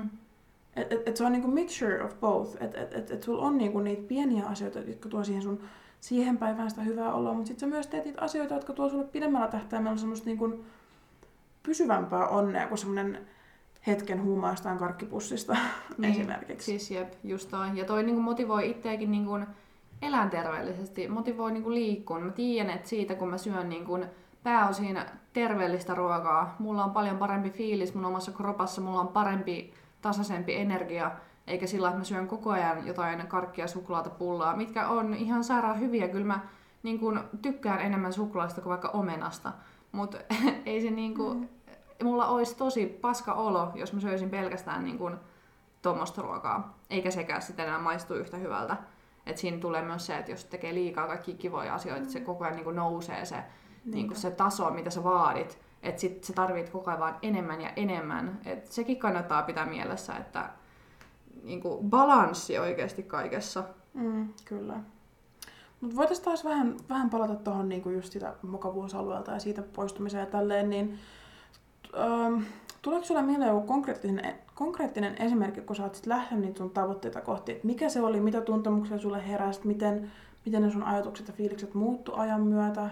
Et se on niinku mixture of both. Et sulla on niinku niitä pieniä asioita, jotka tuo siihen päivään sitä hyvää oloa, mutta sitten sä myös teet niitä asioita, jotka tuo sulle pidemmällä tähtäimellä semmoista niinku pysyvämpää onnea kuin semmoinen hetken huumaa jostain karkkipussista niin, esimerkiksi. Siis jep, just toi. Ja toi niinku motivoi itseäkin niinku elää terveellisesti, motivoi niinku liikkuun. Mä tiedän, että siitä kun mä syön niinku pääosin terveellistä ruokaa, mulla on paljon parempi fiilis mun omassa kropassa, mulla on parempi, tasaisempi energia, eikä sillä, että mä syön koko ajan jotain karkkia, suklaata, pullaa, mitkä on ihan sairaan hyviä. Kyllä mä niin kun, tykkään enemmän suklaasta kuin vaikka omenasta. Mutta ei se niinku, mulla olisi tosi paska olo, jos mä söisin pelkästään niin kun tuommoista ruokaa. Eikä sekään sitten enää maistu yhtä hyvältä. Et siinä tulee myös se, että jos tekee liikaa kaikkia kivoja asioita, että se koko ajan niin nousee se, niin se taso, mitä sä vaadit. Että sit sä tarvit koko ajan vaan enemmän ja enemmän. Et sekin kannattaa pitää mielessä, että niin balanssi oikeasti kaikessa. Kyllä. Mutta voitaisiin taas vähän palata tuohon niin just sitä mukavuusalueelta ja siitä poistumiseen ja tälleen, niin tuleeko sulla mieleen joku konkreettinen esimerkki, kun sä oot sit lähtenyt niitä sun tavoitteita kohti, että mikä se oli, mitä tuntemuksia sulle heräsi, miten ne sun ajatukset ja fiilikset muuttu ajan myötä?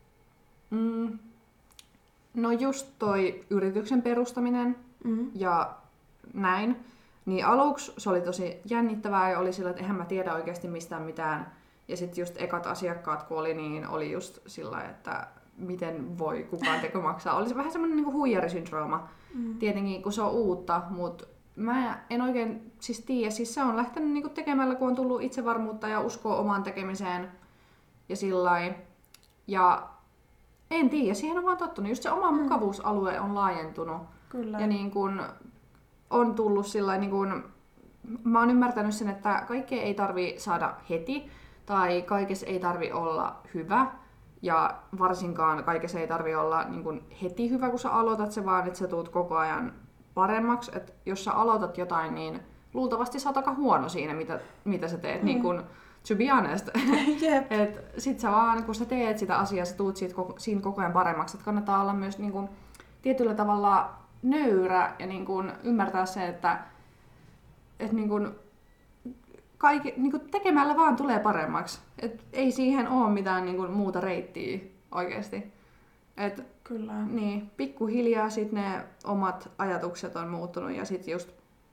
No just toi yrityksen perustaminen ja näin. Niin aluksi se oli tosi jännittävää ja oli sillä, että eihän mä tiedä oikeasti mistään mitään. Ja sitten just ekat asiakkaat kun oli, niin oli just sillä, että miten voi kukaan teko maksaa. Oli se vähän semmoinen niinku huijarisyndrooma. Tietenkin kun se on uutta, mutta mä en oikein siis tiedä. Siis se on lähtenyt niinku tekemällä, kun on tullut itsevarmuutta ja uskoa omaan tekemiseen ja sillain. Ja en tiedä, siihen on vaan tottunut. Just se oma mukavuusalue on laajentunut. Kyllä. Ja niin kun on tullut sillain, niin kun, mä oon ymmärtänyt sen, että kaikkea ei tarvi saada heti. Tai kaikessa ei tarvi olla hyvä. Ja varsinkaan kaikessa ei tarvi olla niin kun heti hyvä, kun sä aloitat se, vaan että sä tuut koko ajan paremmaksi. Et jos sä aloitat jotain, niin luultavasti sä oot aika huono siinä, mitä sä teet. Niin kun, to be honest. Yep. Et sit sä vaan, kun sä teet sitä asiaa, sä tuut siinä koko ajan paremmaksi. Et kannattaa olla myös niin kun, tietyllä tavalla nöyrä ja niin kun, ymmärtää se, että niin kun, niin kun tekemällä vaan tulee paremmaksi. Et ei siihen ole mitään niin kun, muuta reittiä oikeesti. Et, kyllä. Niin, pikkuhiljaa sit ne omat ajatukset on muuttunut ja sit just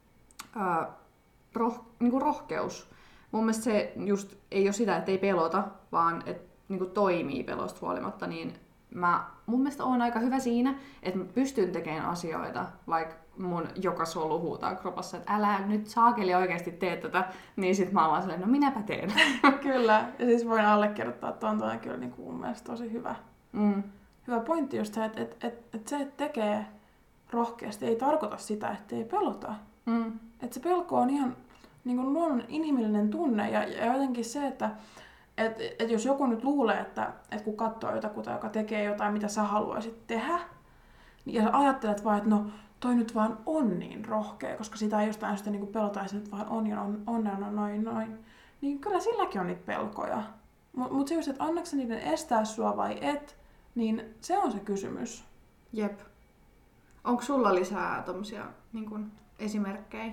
niin kun rohkeus. Mun mielestä se just ei ole sitä, että ei pelota, vaan että niin toimii pelosta huolimatta, niin mun mielestä oon aika hyvä siinä, että mä pystyn tekemään asioita, vaikka mun joka solu huutaa kropassa, että älä nyt saakeli oikeasti tee tätä, niin sit mä oon vaan silleen, no minäpä teen. Kyllä, ja siis voin allekirjoittaa, että on kyllä niin kuin mun mielestä tosi hyvä. Hyvä pointti just se, että se, että tekee rohkeasti, ei tarkoita sitä, että ei pelota. Että se pelko on ihan niin kuin luonnon inhimillinen tunne ja jotenkin se, että jos joku nyt luulee, että kun katsoo jotakuta, joka tekee jotain, mitä sä haluaisit tehdä, niin ja sä ajattelet vaan, että no toi nyt vaan on niin rohkea, koska sitä ei jostain syystä niin pelotaan, että vaan on ja on noin. Niin kyllä silläkin on niitä pelkoja. Mutta se just, että annatko sä niiden estää sua vai et, niin se on se kysymys. Jep. Onko sulla lisää tommosia niin kun, esimerkkejä?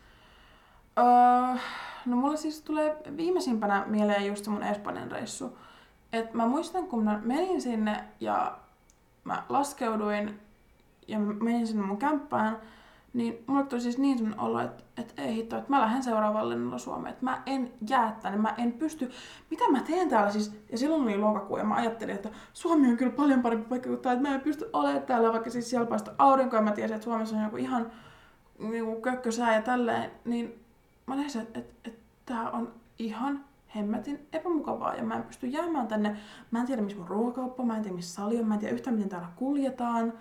No mulle siis tulee viimeisimpänä mieleen just se mun Espanjan reissu. Et mä muistan, kun mä menin sinne ja mä laskeuduin ja mä menin sinne mun kämppään, niin mulle tuli siis niin semmonen olo, että ei hitto, että mä lähden seuraavalle lennolla Suomeen. Että mä en jää tänne, mä en pysty. Mitä mä teen täällä siis? Ja silloin oli lokakuu ja mä ajattelin, että Suomi on kyllä paljon parempi paikka kuin tää, että mä en pysty olemaan täällä, vaikka siis siellä paista aurinkoa ja mä tiesin, että Suomessa on joku ihan niin kökkösää ja tälleen. Niin mä näin, että tää on ihan hemmetin epämukavaa ja mä en pysty jäämään tänne. Mä en tiedä, missä mun ruokakauppa, mä en tiedä, missä sali on, mä en tiedä yhtään, miten täällä kuljetaan.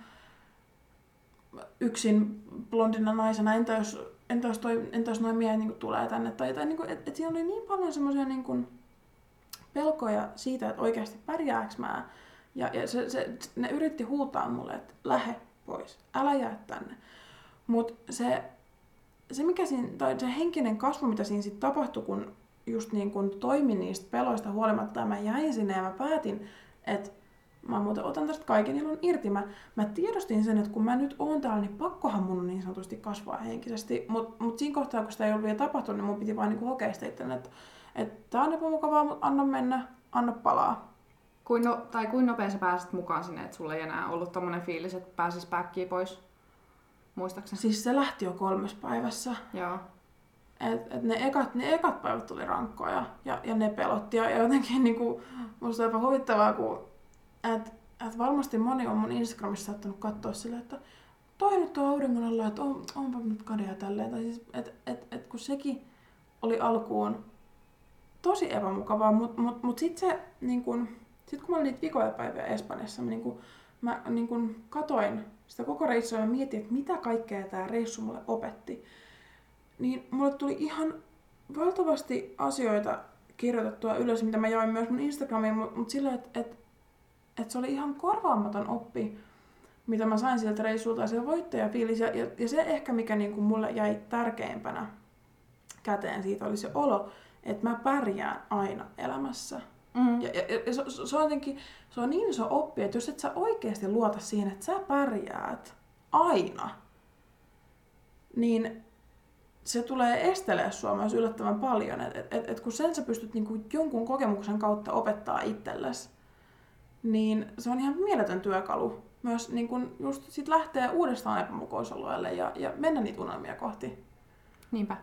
Yksin blondina naisena, entä jos noin miehet niin tulee tänne. Tai niin kuin, että siinä oli niin paljon semmoisia niin pelkoja siitä, että oikeasti pärjääks mä. Ja ne yritti huutaa mulle, että lähde pois, älä jää tänne. Mutta se mikä siinä, tai se henkinen kasvu, mitä siinä sitten tapahtui, kun just niin kun toimin niistä peloista huolimatta ja mä jäin sinne ja mä päätin, että mä muuten otan tästä kaiken ilon irti. Mä tiedostin sen, että kun mä nyt oon täällä, niin pakkohan mun niin sanotusti kasvaa henkisesti. Mut siinä kohtaa, kun sitä ei ollut vielä tapahtunut, niin mun piti vaan niin hokea sitä itselleen, että tää on epämukavaa, mutta anna mennä, anna palaa. Kuinka nopea sä pääsit mukaan sinne, että sulla ei enää ollut tommonen fiilis, että pääsis päkkiä pois? Muistaakseni? Siis se lähti jo 3 päivässä. Joo. Ne ekat päivät tuli rankkoja ja ne pelotti. Ja jotenkin niinku, musta on jopa huvittavaa, kun varmasti moni on mun Instagramissa saattanut katsoa silleen, että toi nyt on auringon alla, että onpa nyt kadea tälleen. Tai siis, kun sekin oli alkuun tosi epämukavaa, mutta sitten se, niin kun mä olin niitä vikoja päiviä Espanjassa, mä katoin sitä koko reissua ja mietin, että mitä kaikkea tämä reissu mulle opetti. Niin mulle tuli ihan valtavasti asioita kirjoitettua ylös, mitä mä jaoin myös mun Instagramiin, mutta sillä, että se oli ihan korvaamaton oppi, mitä mä sain sieltä reissulta, se voittajafiilis. Ja se ehkä, mikä niin kuin mulle jäi tärkeimpänä käteen siitä, oli se olo, että mä pärjään aina elämässä. Ja se on jotenkin, se on niin iso oppi, että jos et sä oikeasti luota siihen, että sä pärjäät aina, niin se tulee estelemään sua myös yllättävän paljon. Et kun sen sä pystyt niinku jonkun kokemuksen kautta opettaa itsellesi, niin se on ihan mieletön työkalu. Myös niinku just sit lähteä uudestaan epämukausalueelle ja mennä niitä unelmia kohti. Niinpä.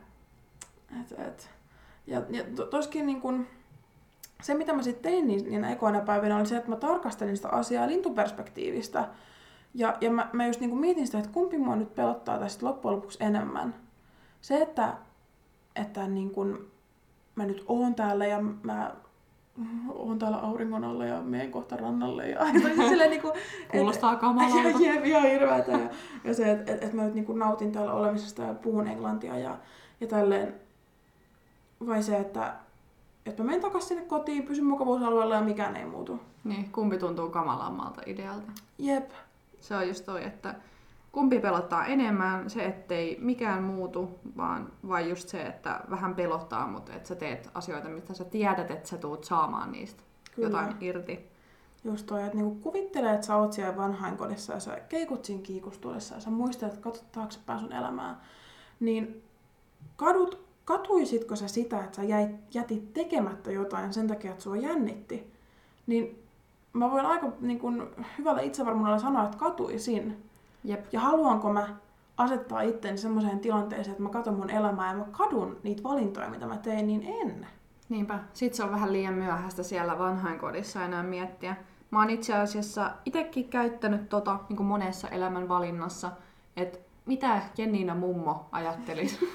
Ja toskin niinku, se mitä mä sitten tein niin ekoina päivinä oli se, että mä tarkastelin sitä asiaa lintuperspektiivistä. Ja mä just niinku mietin sitä, että kumpi mua nyt pelottaa tästä loppujen lopuksi enemmän. Se, että niin kun mä nyt oon täällä ja mä oon täällä auringon alla ja menen kohta rannalle. Ja niin kuin, kuulostaa kamalalta. Ihan hirveätä. Ja se, että mä nyt niin kuin nautin täällä olemisesta ja puhun englantia ja tälleen. Vai se, että mä menen takaisin sinne kotiin, pysyn mukavuusalueella ja mikään ei muutu. Niin, kumpi tuntuu kamalammalta idealta. Jep. Se on just toi, että kumpi pelottaa enemmän, se ettei mikään muutu, vaan just se, että vähän pelottaa, mutta että sä teet asioita, mistä sä tiedät, että sä tuut saamaan niistä jotain irti. Just toi, että niinku kuvittelee, että sä oot siellä vanhainkodissa ja sä keikut siinä kiikustuudessa ja sä muistelet, että katsot taaksepäin sun elämää, niin katuisitko sä sitä, että sä jätit tekemättä jotain sen takia, että sua jännitti, niin mä voin aika niin kun, hyvällä itsevarmuudella sanoa, että katuisin. Jep. Ja haluanko mä asettaa itteni semmoiseen tilanteeseen, että mä katson mun elämää ja mä kadun niitä valintoja, mitä mä tein, niin en. Niinpä. Sitten se on vähän liian myöhäistä siellä vanhainkodissa enää miettiä. Mä oon itse asiassa itsekin käyttänyt niin kuin monessa elämän valinnassa, että mitä Jenniina mummo ajattelisi.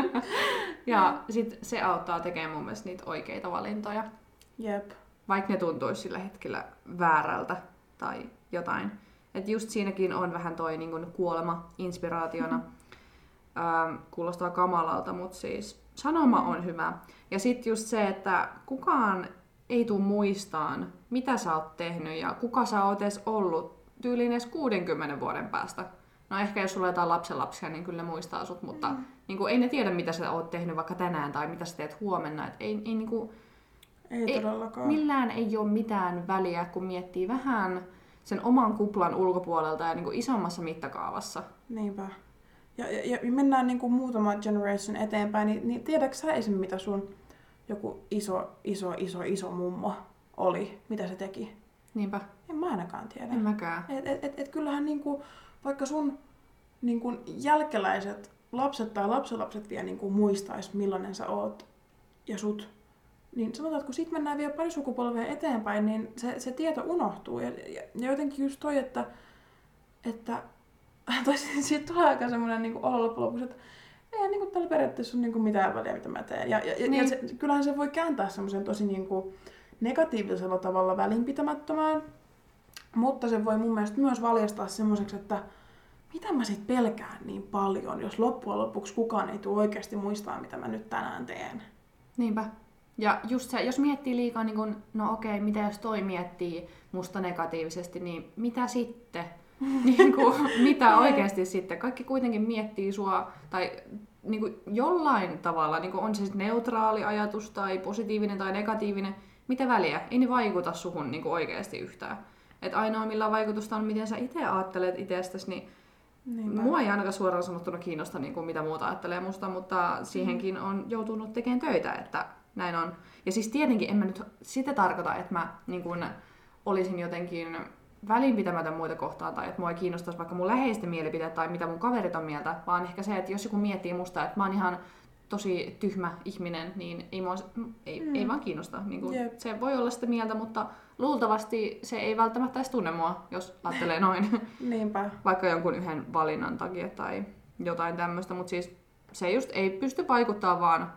Ja sit se auttaa tekemään mun mielestä niitä oikeita valintoja. Jep. Vaikka ne tuntuisi sillä hetkellä väärältä tai jotain. Että just siinäkin on vähän toi niin kuin kuolema inspiraationa. Kuulostaa kamalalta, mutta siis sanoma on hyvä. Ja sitten just se, että kukaan ei tule muistaan, mitä sä oot tehnyt ja kuka sä oot edes ollut tyyliin edes 60 vuoden päästä. No ehkä jos sulla on jotain lapsenlapsia, niin kyllä ne muistaa sut, mutta niin kuin, ei ne tiedä, mitä sä oot tehnyt vaikka tänään tai mitä sä teet huomenna. Et ei todellakaan. Millään ei ole mitään väliä, kun miettii vähän sen oman kuplan ulkopuolelta ja niin kuin isommassa mittakaavassa. Niinpä. Ja mennään niin kuin muutama generation eteenpäin, niin tiedätkö sä esimerkiksi, mitä sun joku iso mummo oli, mitä se teki? Niinpä. En mä ainakaan tiedä. En mäkään. Et kyllähän niinku, vaikka sun niinku jälkeläiset lapset tai lapsenlapset vielä niinku muistais, millainen sä oot ja sut, niin sanotaan, että kun sit mennään vielä pari sukupolvea eteenpäin, niin se tieto unohtuu. Ja jotenkin just toi, että siitä tulee aika semmoinen niinku olo loppujen lopuksi, että ei niinku tällä periaatteessa ole niinku mitään väliä, mitä mä teen. Ja kyllähän se voi kääntää semmoisen tosi niinku negatiivisella tavalla välinpitämättömään, mutta se voi mun mielestä myös valjastaa semmoiseksi, että mitä mä sit pelkään niin paljon, jos loppujen lopuksi kukaan ei tule oikeasti muistaa, mitä mä nyt tänään teen. Niinpä. Ja just se, jos miettii liikaa, niin kun, no okei, mitä jos toi miettii musta negatiivisesti, niin mitä sitten? Niin kuin, mitä oikeasti sitten? Kaikki kuitenkin miettii sua, tai niin kuin jollain tavalla, niin kuin on se sitten neutraali ajatus tai positiivinen tai negatiivinen, mitä väliä? Ei ne vaikuta suhun niin kuin oikeasti yhtään. Et ainoa millä vaikutusta on, miten sä itse ajattelet itsestäsi, niin niinpä. Mua ei ainakaan suoraan sanottuna kiinnosta, niin kuin mitä muuta ajattelee musta, mutta siihenkin on joutunut tekemään töitä, että näin on. Ja siis tietenkin en mä nyt sitä tarkoita, että mä niin kuin olisin jotenkin välinpitämätön muita kohtaan tai että mua ei kiinnostaisi vaikka mun läheisten mielipiteet tai mitä mun kaverit on mieltä, vaan ehkä se, että jos joku miettii musta, että mä oon ihan tosi tyhmä ihminen, niin ei vaan kiinnosta. Niin kuin, se voi olla sitä mieltä, mutta luultavasti se ei välttämättä edes tunne mua, jos ajattelee noin. Niinpä. Vaikka jonkun yhden valinnan takia tai jotain tämmöistä, mutta siis se just ei pysty vaikuttaa vaan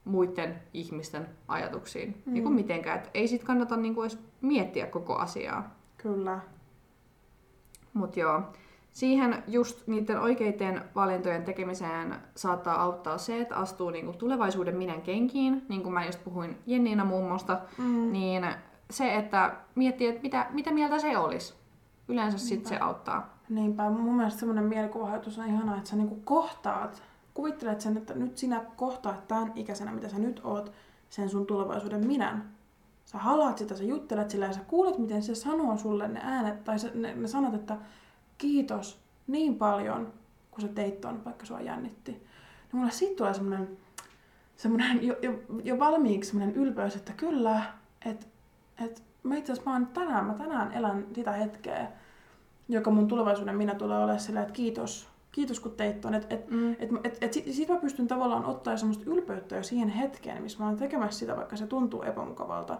muiden ihmisten ajatuksiin niin kuin mitenkään. Et ei sit kannata niin kuin edes miettiä koko asiaa. Kyllä. Mut joo, siihen just niiden oikeiden valintojen tekemiseen saattaa auttaa se, että astuu niin kuin tulevaisuuden minän kenkiin, niin kuin mä just puhuin Jenniina mummosta, niin se, että miettii, että mitä mieltä se olisi. Yleensä sit se auttaa. Niinpä. Mun mielestä semmoinen mielikuvaharjoitus on ihanaa, että sä niinku kohtaat, kuvittelet sen, että nyt sinä kohtaat tämän ikäisenä, mitä sä nyt oot, sen sun tulevaisuuden minän. Sä halaat sitä, sä juttelet sillä ja sä kuulet, miten se sanoo sulle ne äänet, tai ne sanat, että kiitos niin paljon, kun sä teit ton, vaikka sua jännitti. Niin mulle siitä tulee semmoinen jo valmiiksi semmoinen ylpeys, että kyllä, että mä itse asiassa mä tänään elän sitä hetkeä, joka mun tulevaisuuden minä tulee olemaan sillä, että kiitos kun teit ton. Sit mä pystyn tavallaan ottaa semmoista ylpeyttä jo siihen hetkeen, missä mä oon tekemässä sitä, vaikka se tuntuu epämukavalta.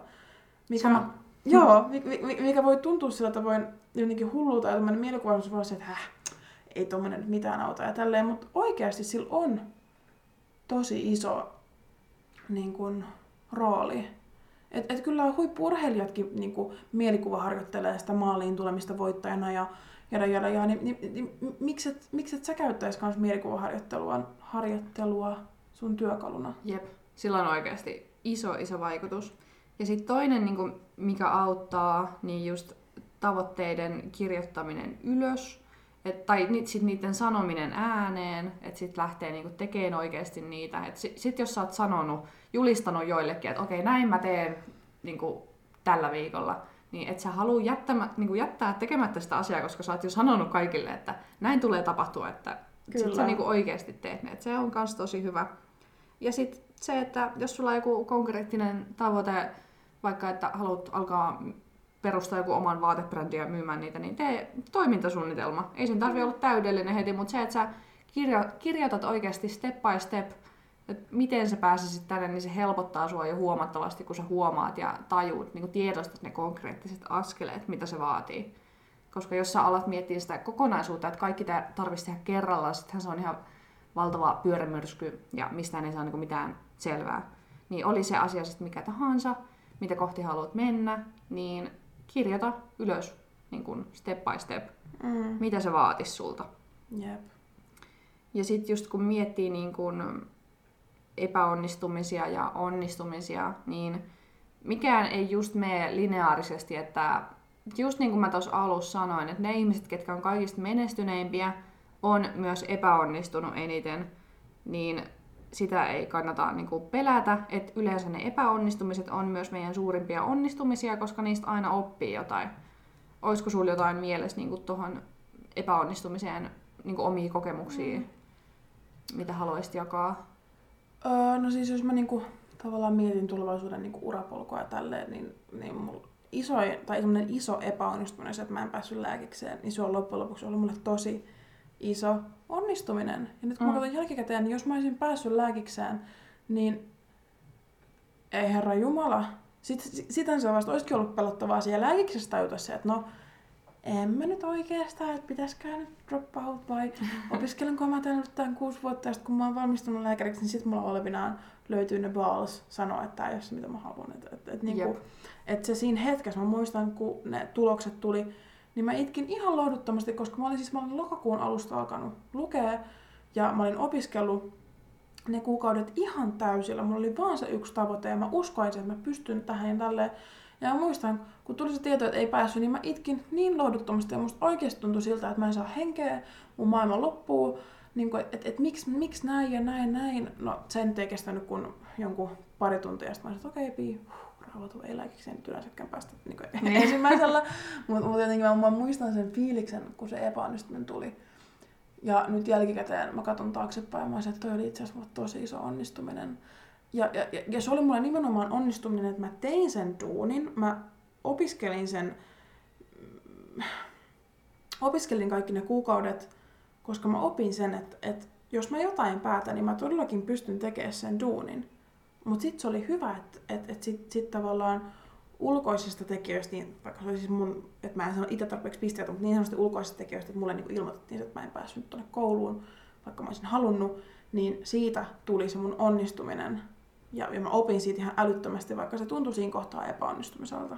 Mikä voi tuntua sillä tavoin jotenkin hullulta ja tämmöinen mielikuvaisuus voi olla se, että ei tommonen nyt mitään auta ja tälleen, mutta oikeasti sillä on tosi iso niin kun, rooli. Et kyllä huippu-urheilijatkin niin mielikuva harjoittelee sitä maaliin tulemista voittajana ja miksi et sä käyttäis kans mielikuvaharjoittelua sun työkaluna? Jep, sillä on oikeasti iso vaikutus. Ja sitten toinen, niin kuin, mikä auttaa, niin just tavoitteiden kirjoittaminen ylös, tai sitten niiden sanominen ääneen, että sitten lähtee niin kuin, tekemään oikeasti niitä. Sitten jos sä oot julistanut joillekin, että okei, näin mä teen niin kuin, tällä viikolla, niin et sä halua jättää tekemättä sitä asiaa, koska sä oot jo sanonut kaikille, että näin tulee tapahtua, että sit sä niin kuin, oikeasti teet ne. Et se on myös tosi hyvä. Ja sitten se, että jos sulla on joku konkreettinen tavoite, vaikka että haluat alkaa perustaa joku oman vaatebrändin ja myymään niitä, niin tee toimintasuunnitelma. Ei sen tarvitse olla täydellinen heti, mutta se, että sä kirjoitat oikeasti step by step, että miten sä pääsisit tänne, niin se helpottaa sua jo huomattavasti, kun sä huomaat ja tajuut, niin kun tiedostat ne konkreettiset askeleet, mitä se vaatii. Koska jos sä alat miettiä sitä kokonaisuutta, että kaikki tarvitsisi tehdä kerrallaan, sittenhän se on ihan valtava pyörämyrsky ja mistään ei saa niin mitään selvää. Niin oli se asia sitten mikä tahansa, mitä kohti haluat mennä, niin kirjoita ylös niin kuin step by step, mitä se vaatisi sulta. Yep. Ja sitten just kun miettii niin kun epäonnistumisia ja onnistumisia, niin mikään ei just mene lineaarisesti, että just niin kuin mä tuossa alussa sanoin, että ne ihmiset, ketkä on kaikista menestyneimpiä, on myös epäonnistunut eniten, niin sitä ei kannata niin kuin pelätä, että yleensä ne epäonnistumiset on myös meidän suurimpia onnistumisia, koska niistä aina oppii jotain. Olisiko sulla jotain mielessä niin kuin tuohon epäonnistumiseen niin kuin omia kokemuksia, mitä haluaisit jakaa? No siis jos mä niinku tavallaan mietin tulevaisuuden niinku urapolkua ja tälleen, niin mulla iso epäonnistuminen se, että mä en päässyt lääkikseen, niin se on loppujen lopuksi ollut mulle tosi iso onnistuminen. Ja nyt kun mä katson jälkikäteen, niin jos mä olisin päässyt lääkikseen, niin ei herra jumala. Sitten se vasta olisikin ollut pelottavaa siellä lääkiksessä tajuta se, että no en mä nyt oikeastaan, että pitäisikö nyt drop out vai opiskelenko mä täällä nyt tämän 6 vuotta ja sitten kun mä oon valmistunut lääkäriksi, niin sit mulla olevinaan löytyy ne balls sanoa, että tää ei ole se mitä mä haluan. Että se siinä hetkessä, mä muistan kun ne tulokset tuli, niin mä itkin ihan lohduttomasti, koska mä olin lokakuun alusta alkanut lukea ja mä olin opiskellut ne kuukaudet ihan täysillä. Mulla oli vaan se yksi tavoite ja mä uskoin sen, että mä pystyn tähän ja tälleen. Ja mä muistan, kun tuli se tieto, että ei päässyt, niin mä itkin niin lohduttomasti ja musta oikeasti tuntui siltä, että mä en saa henkeä, mun maailma loppuu. Niin että miksi näin ja näin. No se nyt ei kestänyt kuin jonkun pari tuntia ja sitten mä sanoin, että okei, rauhoitu, ei lääkikseen nyt yleensäkään päästä niin ensimmäisellä. Mutta jotenkin mä muistan sen fiiliksen, kun se epäonnistuminen tuli. Ja nyt jälkikäteen mä katson taaksepäin ja mä sanoin, että toi oli itse asiassa mulle tosi iso onnistuminen. Ja se oli mulle nimenomaan onnistuminen, että mä tein sen duunin, mä opiskelin kaikki ne kuukaudet, koska mä opin sen, että jos mä jotain päätän, niin mä todellakin pystyn tekemään sen duunin. Mutta sitten se oli hyvä, että sit tavallaan ulkoisista tekijöistä, niin vaikka se oli siis että mä en sano itse tarpeeksi pisteitä, mutta niin sanotusti ulkoisista tekijöistä, että mulle niinku ilmoitettiin, että mä en päässyt tuonne kouluun, vaikka mä olisin halunnut, niin siitä tuli se mun onnistuminen. Ja mä opin siitä ihan älyttömästi, vaikka se tuntui siinä kohtaa epäonnistumiselta.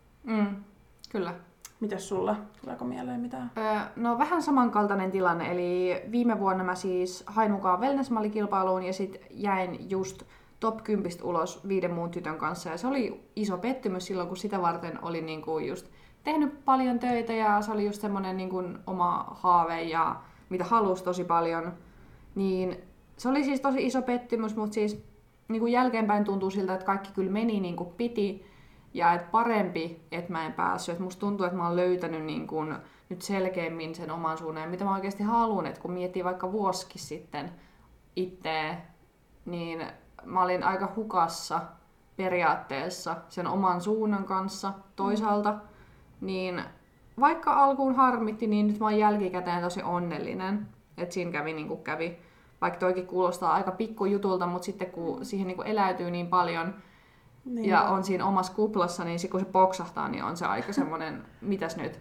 Kyllä. Mites sulla? Tuleeko mieleen mitään? No vähän samankaltainen tilanne, eli viime vuonna mä siis hain mukaan wellness-mallikilpailuun ja sit jäin just top 10 ulos 5 muun tytön kanssa. Ja se oli iso pettymys silloin, kun sitä varten olin niinku just tehnyt paljon töitä ja se oli just semmonen niinku oma haave ja mitä halusi tosi paljon. Niin se oli siis tosi iso pettymys, mutta siis niinku jälkeenpäin tuntuu siltä, että kaikki kyllä meni niin kuin piti. Ja et parempi, että mä en päässyt. Et musta tuntuu, että mä oon löytänyt niin kun nyt selkeämmin sen oman suunnan, mitä mä oikeasti haluan. Et kun miettii vaikka vuosikin sitten itseä, niin mä olin aika hukassa periaatteessa sen oman suunnan kanssa toisaalta. Niin vaikka alkuun harmitti, niin nyt mä oon jälkikäteen tosi onnellinen, että siinä kävi niin kuin kävi. Vaikka toikin kuulostaa aika pikkujutulta, mutta sitten kun siihen niin kuin eläytyy niin paljon, niin ja on siinä omassa kuplassa, niin kun se poksahtaa, niin on se aika semmoinen, mitäs nyt.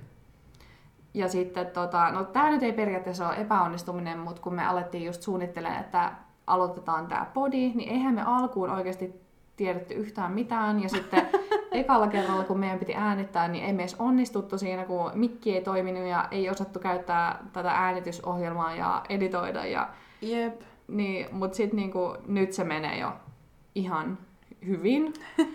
Ja sitten, no tää nyt ei periaatteessa ole epäonnistuminen, mutta kun me alettiin just suunnittelemaan, että aloitetaan tää podi, niin eihän me alkuun oikeasti tiedetty yhtään mitään. Ja sitten ekalla kerralla, kun meidän piti äänittää, niin ei me edes onnistuttu siinä, kun mikki ei toiminut ja ei osattu käyttää tätä äänitysohjelmaa ja editoida. Ja, Jep. niin, mutta sitten niinku, nyt se menee jo ihan hyvin.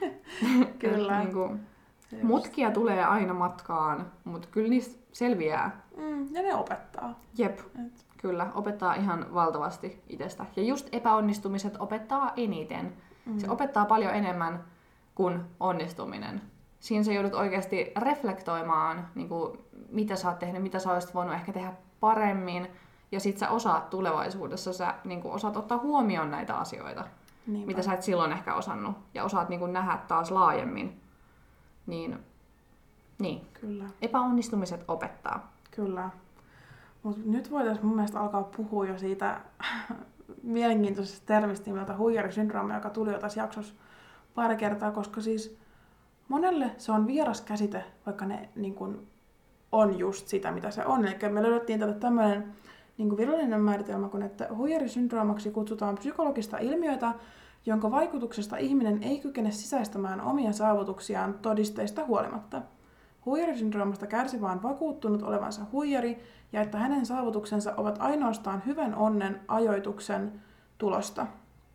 Kyllä. Niinku, mutkia tulee aina matkaan, mutta kyllä niistä selviää. Ja ne opettaa. Jep, kyllä. Opettaa ihan valtavasti itsestä. Ja just epäonnistumiset opettaa eniten. Se opettaa paljon enemmän kuin onnistuminen. Siinä sä joudut oikeasti reflektoimaan, niin kuin, mitä sä oot tehnyt, mitä sä olisit voinut ehkä tehdä paremmin. Ja sit sä osaat tulevaisuudessa, sä niin kuin, osaat ottaa huomioon näitä asioita. Niinpä. Mitä sä et silloin ehkä osannut. Ja osaat niin kuin, nähdä taas laajemmin. Niin. Kyllä. Epäonnistumiset opettaa. Kyllä. Mut nyt voitaisiin mun mielestä alkaa puhua jo siitä mielenkiintoisesta termistä nimeltä huijarisyndrooma, joka tuli jo tässä jaksossa pari kertaa, koska siis monelle se on vieras käsite, vaikka ne niin kun, on just sitä, mitä se on. Eli me löydettiin tälle tämmöinen niin virallinen määritelmä, kun että huijarisyndroomaksi kutsutaan psykologista ilmiötä, jonka vaikutuksesta ihminen ei kykene sisäistämään omia saavutuksiaan todisteista huolimatta. Huijarisyndroomasta kärsivä on vakuuttunut olevansa huijari ja että hänen saavutuksensa ovat ainoastaan hyvän onnen ajoituksen tulosta.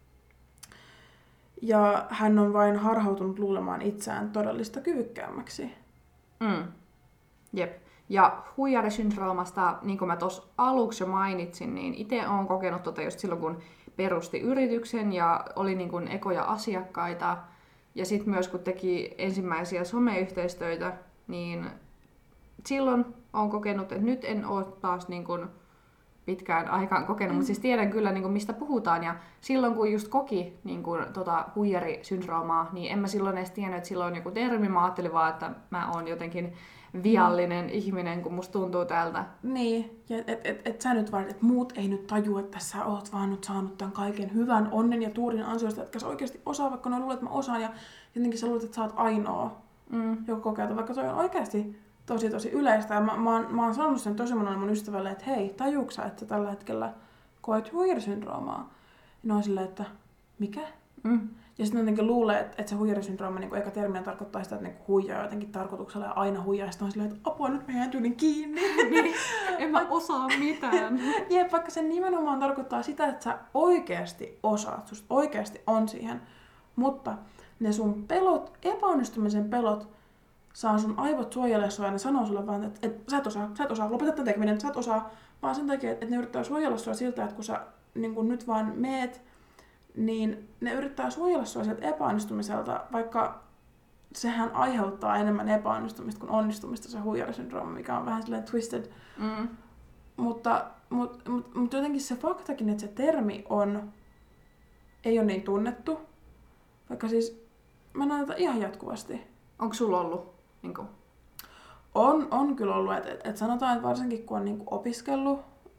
Ja hän on vain harhautunut luulemaan itseään todellista kyvykkäämmäksi. Jep. Ja huijarisyndroomasta, niin kuin mä tuossa aluksi jo mainitsin, niin itse olen kokenut just silloin, kun perusti yrityksen ja oli niin kuin ekoja asiakkaita. Ja sitten myös kun teki ensimmäisiä someyhteistöitä, niin silloin olen kokenut, että nyt en ole taas niin kuin pitkään aikaan kokenut, mutta siis tiedän kyllä niin kuin mistä puhutaan. Ja silloin kun just koki niin kuin, huijarisyndroomaa, niin en mä silloin edes tiennyt, että silloin on joku termi. Mä ajattelin vaan, että mä oon jotenkin viallinen ihminen, kun musta tuntuu tältä. Niin, ja et sä nyt vaan, että muut ei nyt tajua, että sä oot vaan nyt saanut tämän kaiken hyvän onnen ja tuurin ansiosta, etkä sä oikeasti osaa, vaikka ne luulet, että mä osaan, ja jotenkin sä luulet, että sä oot ainoa, joka kokee, vaikka se on oikeasti tosi yleistä. Ja mä oon sanonut sen tosi monelle mun ystävälle, että hei, tajuuks sä, että sä tällä hetkellä koet huijarisyndroomaa? Ja ne on silleen, että mikä? Ja sitten jotenkin luulee, että se huijarisyndrooma niin eka terminä tarkoittaa sitä, että niin huijaa jotenkin tarkoituksella ja aina huijaa. Ja sitten on silleen, että apua, nyt mä jään tyylin kiinni. Niin, en mä osaa mitään. Jep, vaikka se nimenomaan tarkoittaa sitä, että sä oikeasti osaat, susta oikeasti on siihen. Mutta ne sun pelot, epäonnistumisen pelot, saa sun aivot suojella sua ja ne sanoo sulle vaan, että sä et osaa, lopeta tämän tekeminen, sä et osaa. Vaan sen takia, että ne yrittää suojella sua siltä, että kun sä niin kun nyt vaan meet, niin ne yrittää suojella sua sieltä epäonnistumiselta, vaikka sehän aiheuttaa enemmän epäonnistumista kuin onnistumista, se huijarisyndrooma, mikä on vähän silleen twisted. Mutta jotenkin se faktakin, että se termi ei ole niin tunnettu, vaikka siis mä näen tätä ihan jatkuvasti. Onko sulla ollut? Niin kuin? On kyllä ollut, että sanotaan, että varsinkin kun on niin kuin opiskellut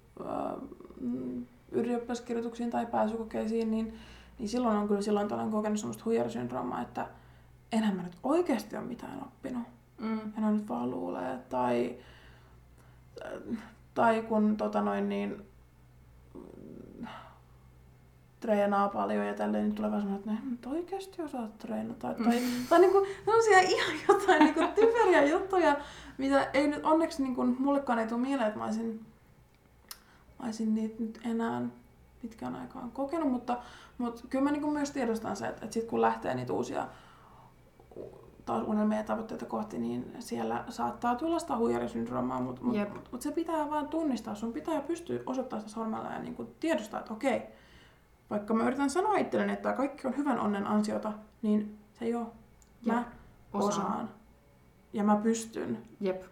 ylioppilaskirjoituksiin tai pääsykokeisiin, niin silloin on kyllä silloin kokenut semmoista huijarisyndroomaa, että enhän mä nyt oikeasti ole mitään oppinut. Ja nyt vaan luulee. Tai kun treenaa paljon ja tälleen, niin tulee vaan semmoinen, että nyt oikeasti osaat treenata. Tai niinku sellaisia ihan jotain niinku typeriä juttuja, mitä ei nyt onneksi niinku mullekaan ei tule mieleen, että mä olisin niitä nyt enää pitkään aikaan kokenut, mutta kyllä mä niinku myös tiedostan se, että sit kun lähtee niitä uusia taas unelmia ja tavoitteita kohti, niin siellä saattaa tulla sitä huijarisyndroomaa, mutta se pitää vaan tunnistaa. Sun pitää pystyä osoittamaan sitä sormella ja niin tiedostaa, että okei, vaikka mä yritän sanoa itselleni, että kaikki on hyvän onnen ansiota, niin se ei ole. Mä osaan. Ja mä pystyn. Jep.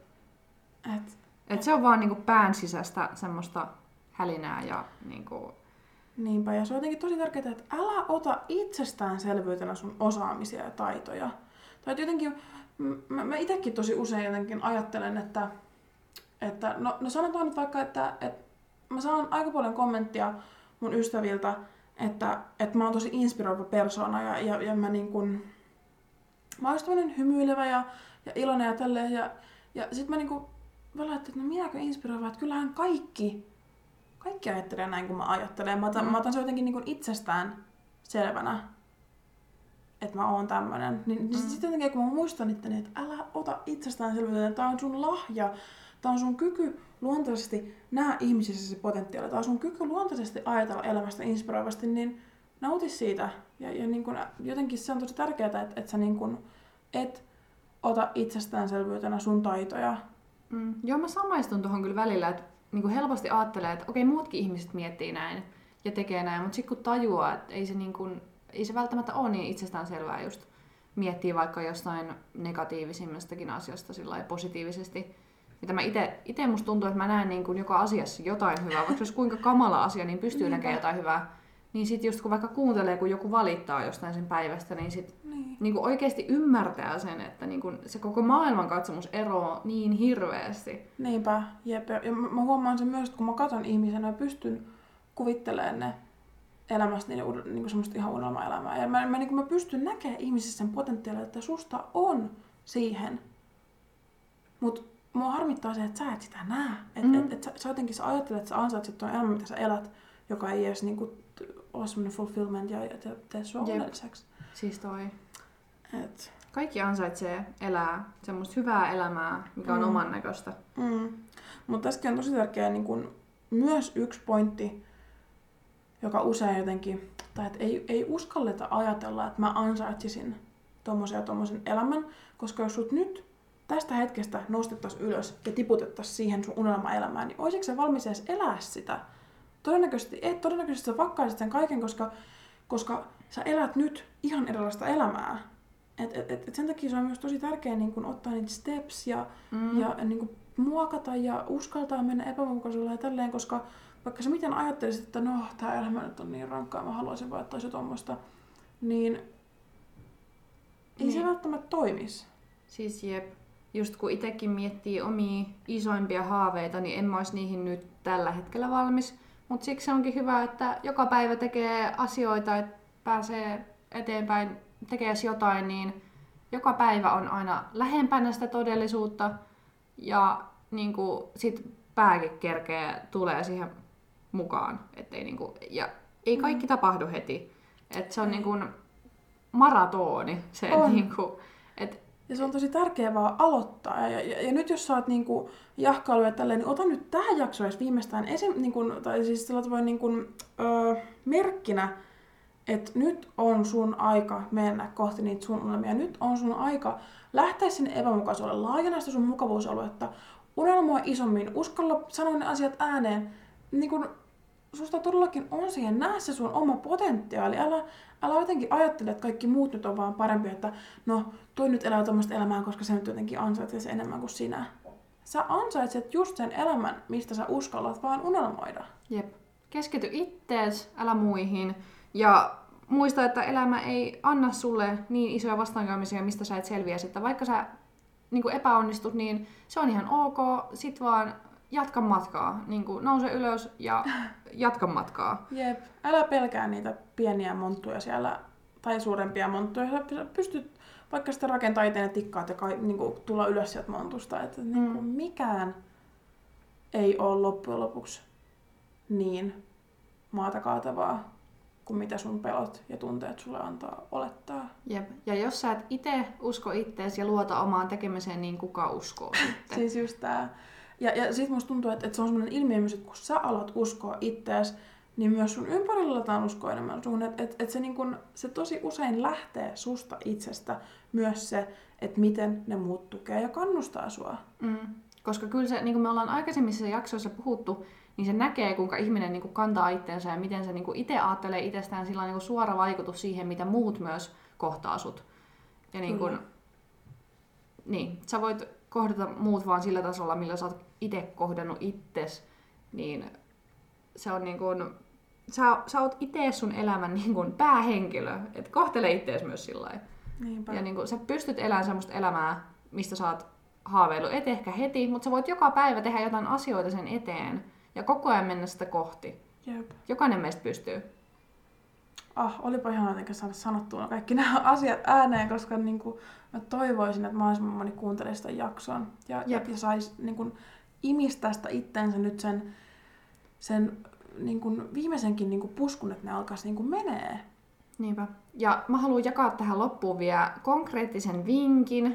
Et se on vaan niinku pään sisäistä semmoista hälinää ja niinku... Niinpä, ja se on jotenkin tosi tärkeää, että älä ota itsestäänselvyytenä sun osaamisia ja taitoja. Tai jotenkin, mä itsekin tosi usein jotenkin ajattelen, että no sanotaan nyt vaikka, että mä saan aika paljon kommenttia mun ystäviltä, että mä oon tosi inspiroiva persoona ja mä niin kun, mä oon tämmönen hymyilevä ja iloinen ja tälleen ja sit mä niinku välillä että no minäkö inspiroiva, että kyllähän kaikki ajattelee näin kuin mä ajattelen. Mä otan se jotenkin niin kuin itsestään selvänä, että mä oon tämmönen. Niin sitten jotenkin kun mä muistan itteni, että älä ota itsestään selvyyttä, tää on sun lahja, tää on sun kyky luontaisesti nähdä ihmisissä se potentiaali, tää on sun kyky luontaisesti ajatella elämästä inspiroivasti, niin nauti siitä. Ja niin kun, jotenkin se on tosi tärkeää, että sä niin kun, et ota itsestäänselvyytenä sun taitoja. Joo, mä samaistun tuohon kyllä välillä, että niin kuin helposti ajattelee, että okei, muutkin ihmiset miettii näin ja tekee näin, mutta sitten kun tajuaa, että ei se välttämättä ole niin itsestäänselvää just miettiä vaikka jostain negatiivisimmastakin asiasta sillä positiivisesti. Mitä mä ite musta tuntuu, että mä näen niin kuin joka asiassa jotain hyvää, vaikka se olisi kuinka kamala asia, niin pystyy näkemään jotain hyvää. Niin sit just kun vaikka kuuntelee, kun joku valittaa jostain sen päivästä, niin sit niin kuin oikeasti ymmärtää sen, että niin kuin se koko maailmankatsomus eroaa niin hirveästi. Niinpä, jep. Ja mä huomaan sen myös, että kun mä katson ihmisenä ja pystyn kuvittelemaan ne elämästä niin kuin semmoista ihan unelmaelämää. Ja mä pystyn näkemään ihmisissä sen potentiaalin, että susta on siihen. Mut mua harmittaa se, että sä et sitä näe. Että sä jotenkin sä ajattelet, että sä ansaitset tuon elämän, mitä sä elät, joka ei edes niinku ole semmoinen fulfillment ja tee sua onnelliseksi. Siis toi. Kaikki ansaitsee elää semmoista hyvää elämää, mikä on oman näköistä. Mutta tässäkin on tosi tärkeä niin kun, myös yksi pointti, joka usein jotenkin, tai että ei uskalleta ajatella, että mä ansaitsisin tommosen elämän, koska jos sut nyt tästä hetkestä nostettaisiin ylös ja tiputettaisiin siihen sun unelmaelämään, niin olisitko sä valmis edes elää sitä? Todennäköisesti sä vakkaisit sen kaiken, koska sä elät nyt ihan erilaista elämää. Et sen takia se on myös tosi tärkeää niin kun ottaa niitä steps ja niin kun muokata ja uskaltaa mennä epämukaisuudella ja tälleen, koska vaikka sä miten ajattelisit, että no, tää elämä nyt on niin rankkaa, mä haluaisin vaan, että olisi tommoista, niin ei se välttämättä toimisi. Siis jep. Just kun itsekin miettii omia isoimpia haaveita, niin en mä olisi niihin nyt tällä hetkellä valmis. Mutta siksi se onkin hyvä, että joka päivä tekee asioita, että pääsee eteenpäin, tekee jotain, niin joka päivä on aina lähempänä sitä todellisuutta. Ja niin kuin, sit pääkin kerkee tulee siihen mukaan. Ja ei kaikki tapahdu heti. Et se on niin kuin maratoni. Ja se on tosi tärkeää vaan aloittaa. Ja nyt jos sä oot niinku jahkailu ja tälleen, niin ota nyt tähän jaksoon edes viimeistään tai siis sillä tavoin merkkinä, että nyt on sun aika mennä kohti niitä sun unelmia. Nyt on sun aika lähteä sinne epämukaisuudelle, laajenna sitä sun mukavuusaluetta, unelmoi isommin, uskalla sanoa ne asiat ääneen. Niin kun susta todellakin on siihen, näe se sun oma potentiaali. Älä jotenkin ajattele, että kaikki muut nyt on vaan parempi, että no, toi nyt elää tommoista elämää, koska se nyt jotenkin ansaitsee se enemmän kuin sinä. Sä ansaitset just sen elämän, mistä sä uskallat vaan unelmoida. Jep. Keskity ittees, älä muihin. Ja muista, että elämä ei anna sulle niin isoja vastaankäymisiä, mistä sä et selviä sitten. Vaikka sä niin kuin epäonnistut, niin se on ihan ok. Sit vaan jatka matkaa. Niin kuin nouse ylös ja jatka matkaa. Jep. Älä pelkää niitä pieniä monttuja siellä, tai suurempia monttuja. Sä pystyt vaikka sitä rakentaa itse ne tikkaat ja niin kuin, tulla ylös sieltä montusta. Että niin kuin, mikään ei ole loppujen lopuksi niin maata kaatavaa kuin mitä sun pelot ja tunteet sulle antaa olettaa. Jep. Ja jos sä et itse usko itteesi ja luota omaan tekemiseen, niin kuka uskoo sitten? Siis just tää. Ja sit musta tuntuu, että se on semmoinen ilmiö myös, että kun sä alat uskoa ittees, niin myös sun ympärillä aletaan uskoa enemmän suhun. Että se, niin kun, se tosi usein lähtee susta itsestä myös se, että miten ne muut tukee ja kannustaa sua. Koska kyllä se, niin kuin me ollaan aikaisemmissa jaksoissa puhuttu, niin se näkee, kuinka ihminen niin kuin kantaa itteensä ja miten se niin kuin itse ajattelee itsestään. Sillä on niin kuin suora vaikutus siihen, mitä muut myös kohtaa sut. Ja niin kuin, sä voit kohdata muut vaan sillä tasolla, millä sä oot itse kohdannut itses. Niin se on niin kuin, sä oot itse sun elämän niin kuin päähenkilö. Et kohtele ittees myös sillä lailla. Niinpä. Ja niin kuin, sä pystyt elämään semmoista elämää, mistä sä oot haaveillut. Et ehkä heti, mutta sä voit joka päivä tehdä jotain asioita sen eteen. Ja koko ajan mennä sitä kohti. Jep. Jokainen meistä pystyy. Olipa ihan jotenkin saada sanottua kaikki nämä asiat ääneen, koska niin kuin, mä toivoisin, että mahdollisimman moni kuuntelisi sitä jakson. Ja saisi niin kuin, imistää sitä itteensä nyt sen niin kuin, viimeisenkin niin kuin puskun, että ne alkaisi niin kuin menee. Niinpä. Ja mä haluan jakaa tähän loppuun vielä konkreettisen vinkin,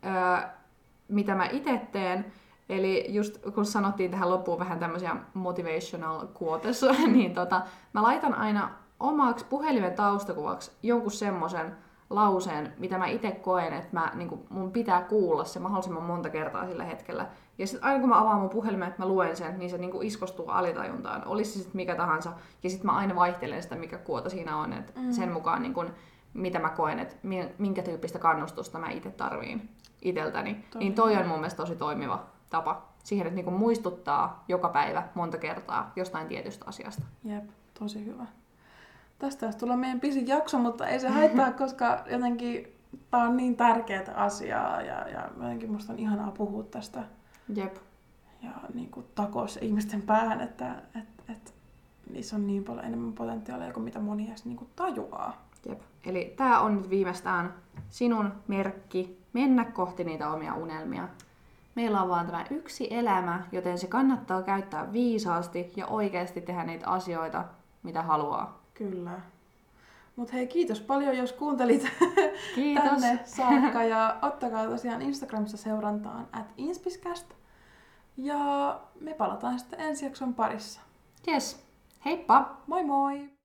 mitä mä itse teen. Eli just kun sanottiin tähän loppuun vähän tämmöisiä motivational quotes, niin mä laitan aina omaksi puhelimen taustakuvaksi jonkun semmoisen lauseen, mitä mä itse koen, että mun pitää kuulla se mahdollisimman monta kertaa sillä hetkellä. Ja sitten aina kun mä avaan mun puhelimen, että mä luen sen, niin se iskostuu alitajuntaan. Olisi se sitten mikä tahansa. Ja sitten mä aina vaihtelen sitä, mikä kuota siinä on. Että sen mukaan, mitä mä koen, että minkä tyyppistä kannustusta mä itse tarviin iteltäni. Niin toi on mun mielestä tosi toimiva tapa siihen, että muistuttaa joka päivä monta kertaa jostain tietystä asiasta. Jep, tosi hyvä. Tästä tulee meidän pisin jakso, mutta ei se haittaa, koska jotenkin tää on niin tärkeää asiaa ja jotenkin musta on ihanaa puhua tästä. Jep. Ja niin kuin takoa se ihmisten päähän, että niissä on niin paljon enemmän potentiaalia kuin mitä moni edes niin kuin tajuaa. Jep. Eli tää on nyt viimeistään sinun merkki mennä kohti niitä omia unelmia. Meillä on vaan tämä yksi elämä, joten se kannattaa käyttää viisaasti ja oikeasti tehdä niitä asioita, mitä haluaa. Kyllä. Mut hei, kiitos paljon, jos kuuntelit Kiitos. tänne saakka. Ja ottakaa tosiaan Instagramissa seurantaan @inspiscast. Ja me palataan sitten ensi jakson parissa. Yes. Heippa! Moi moi!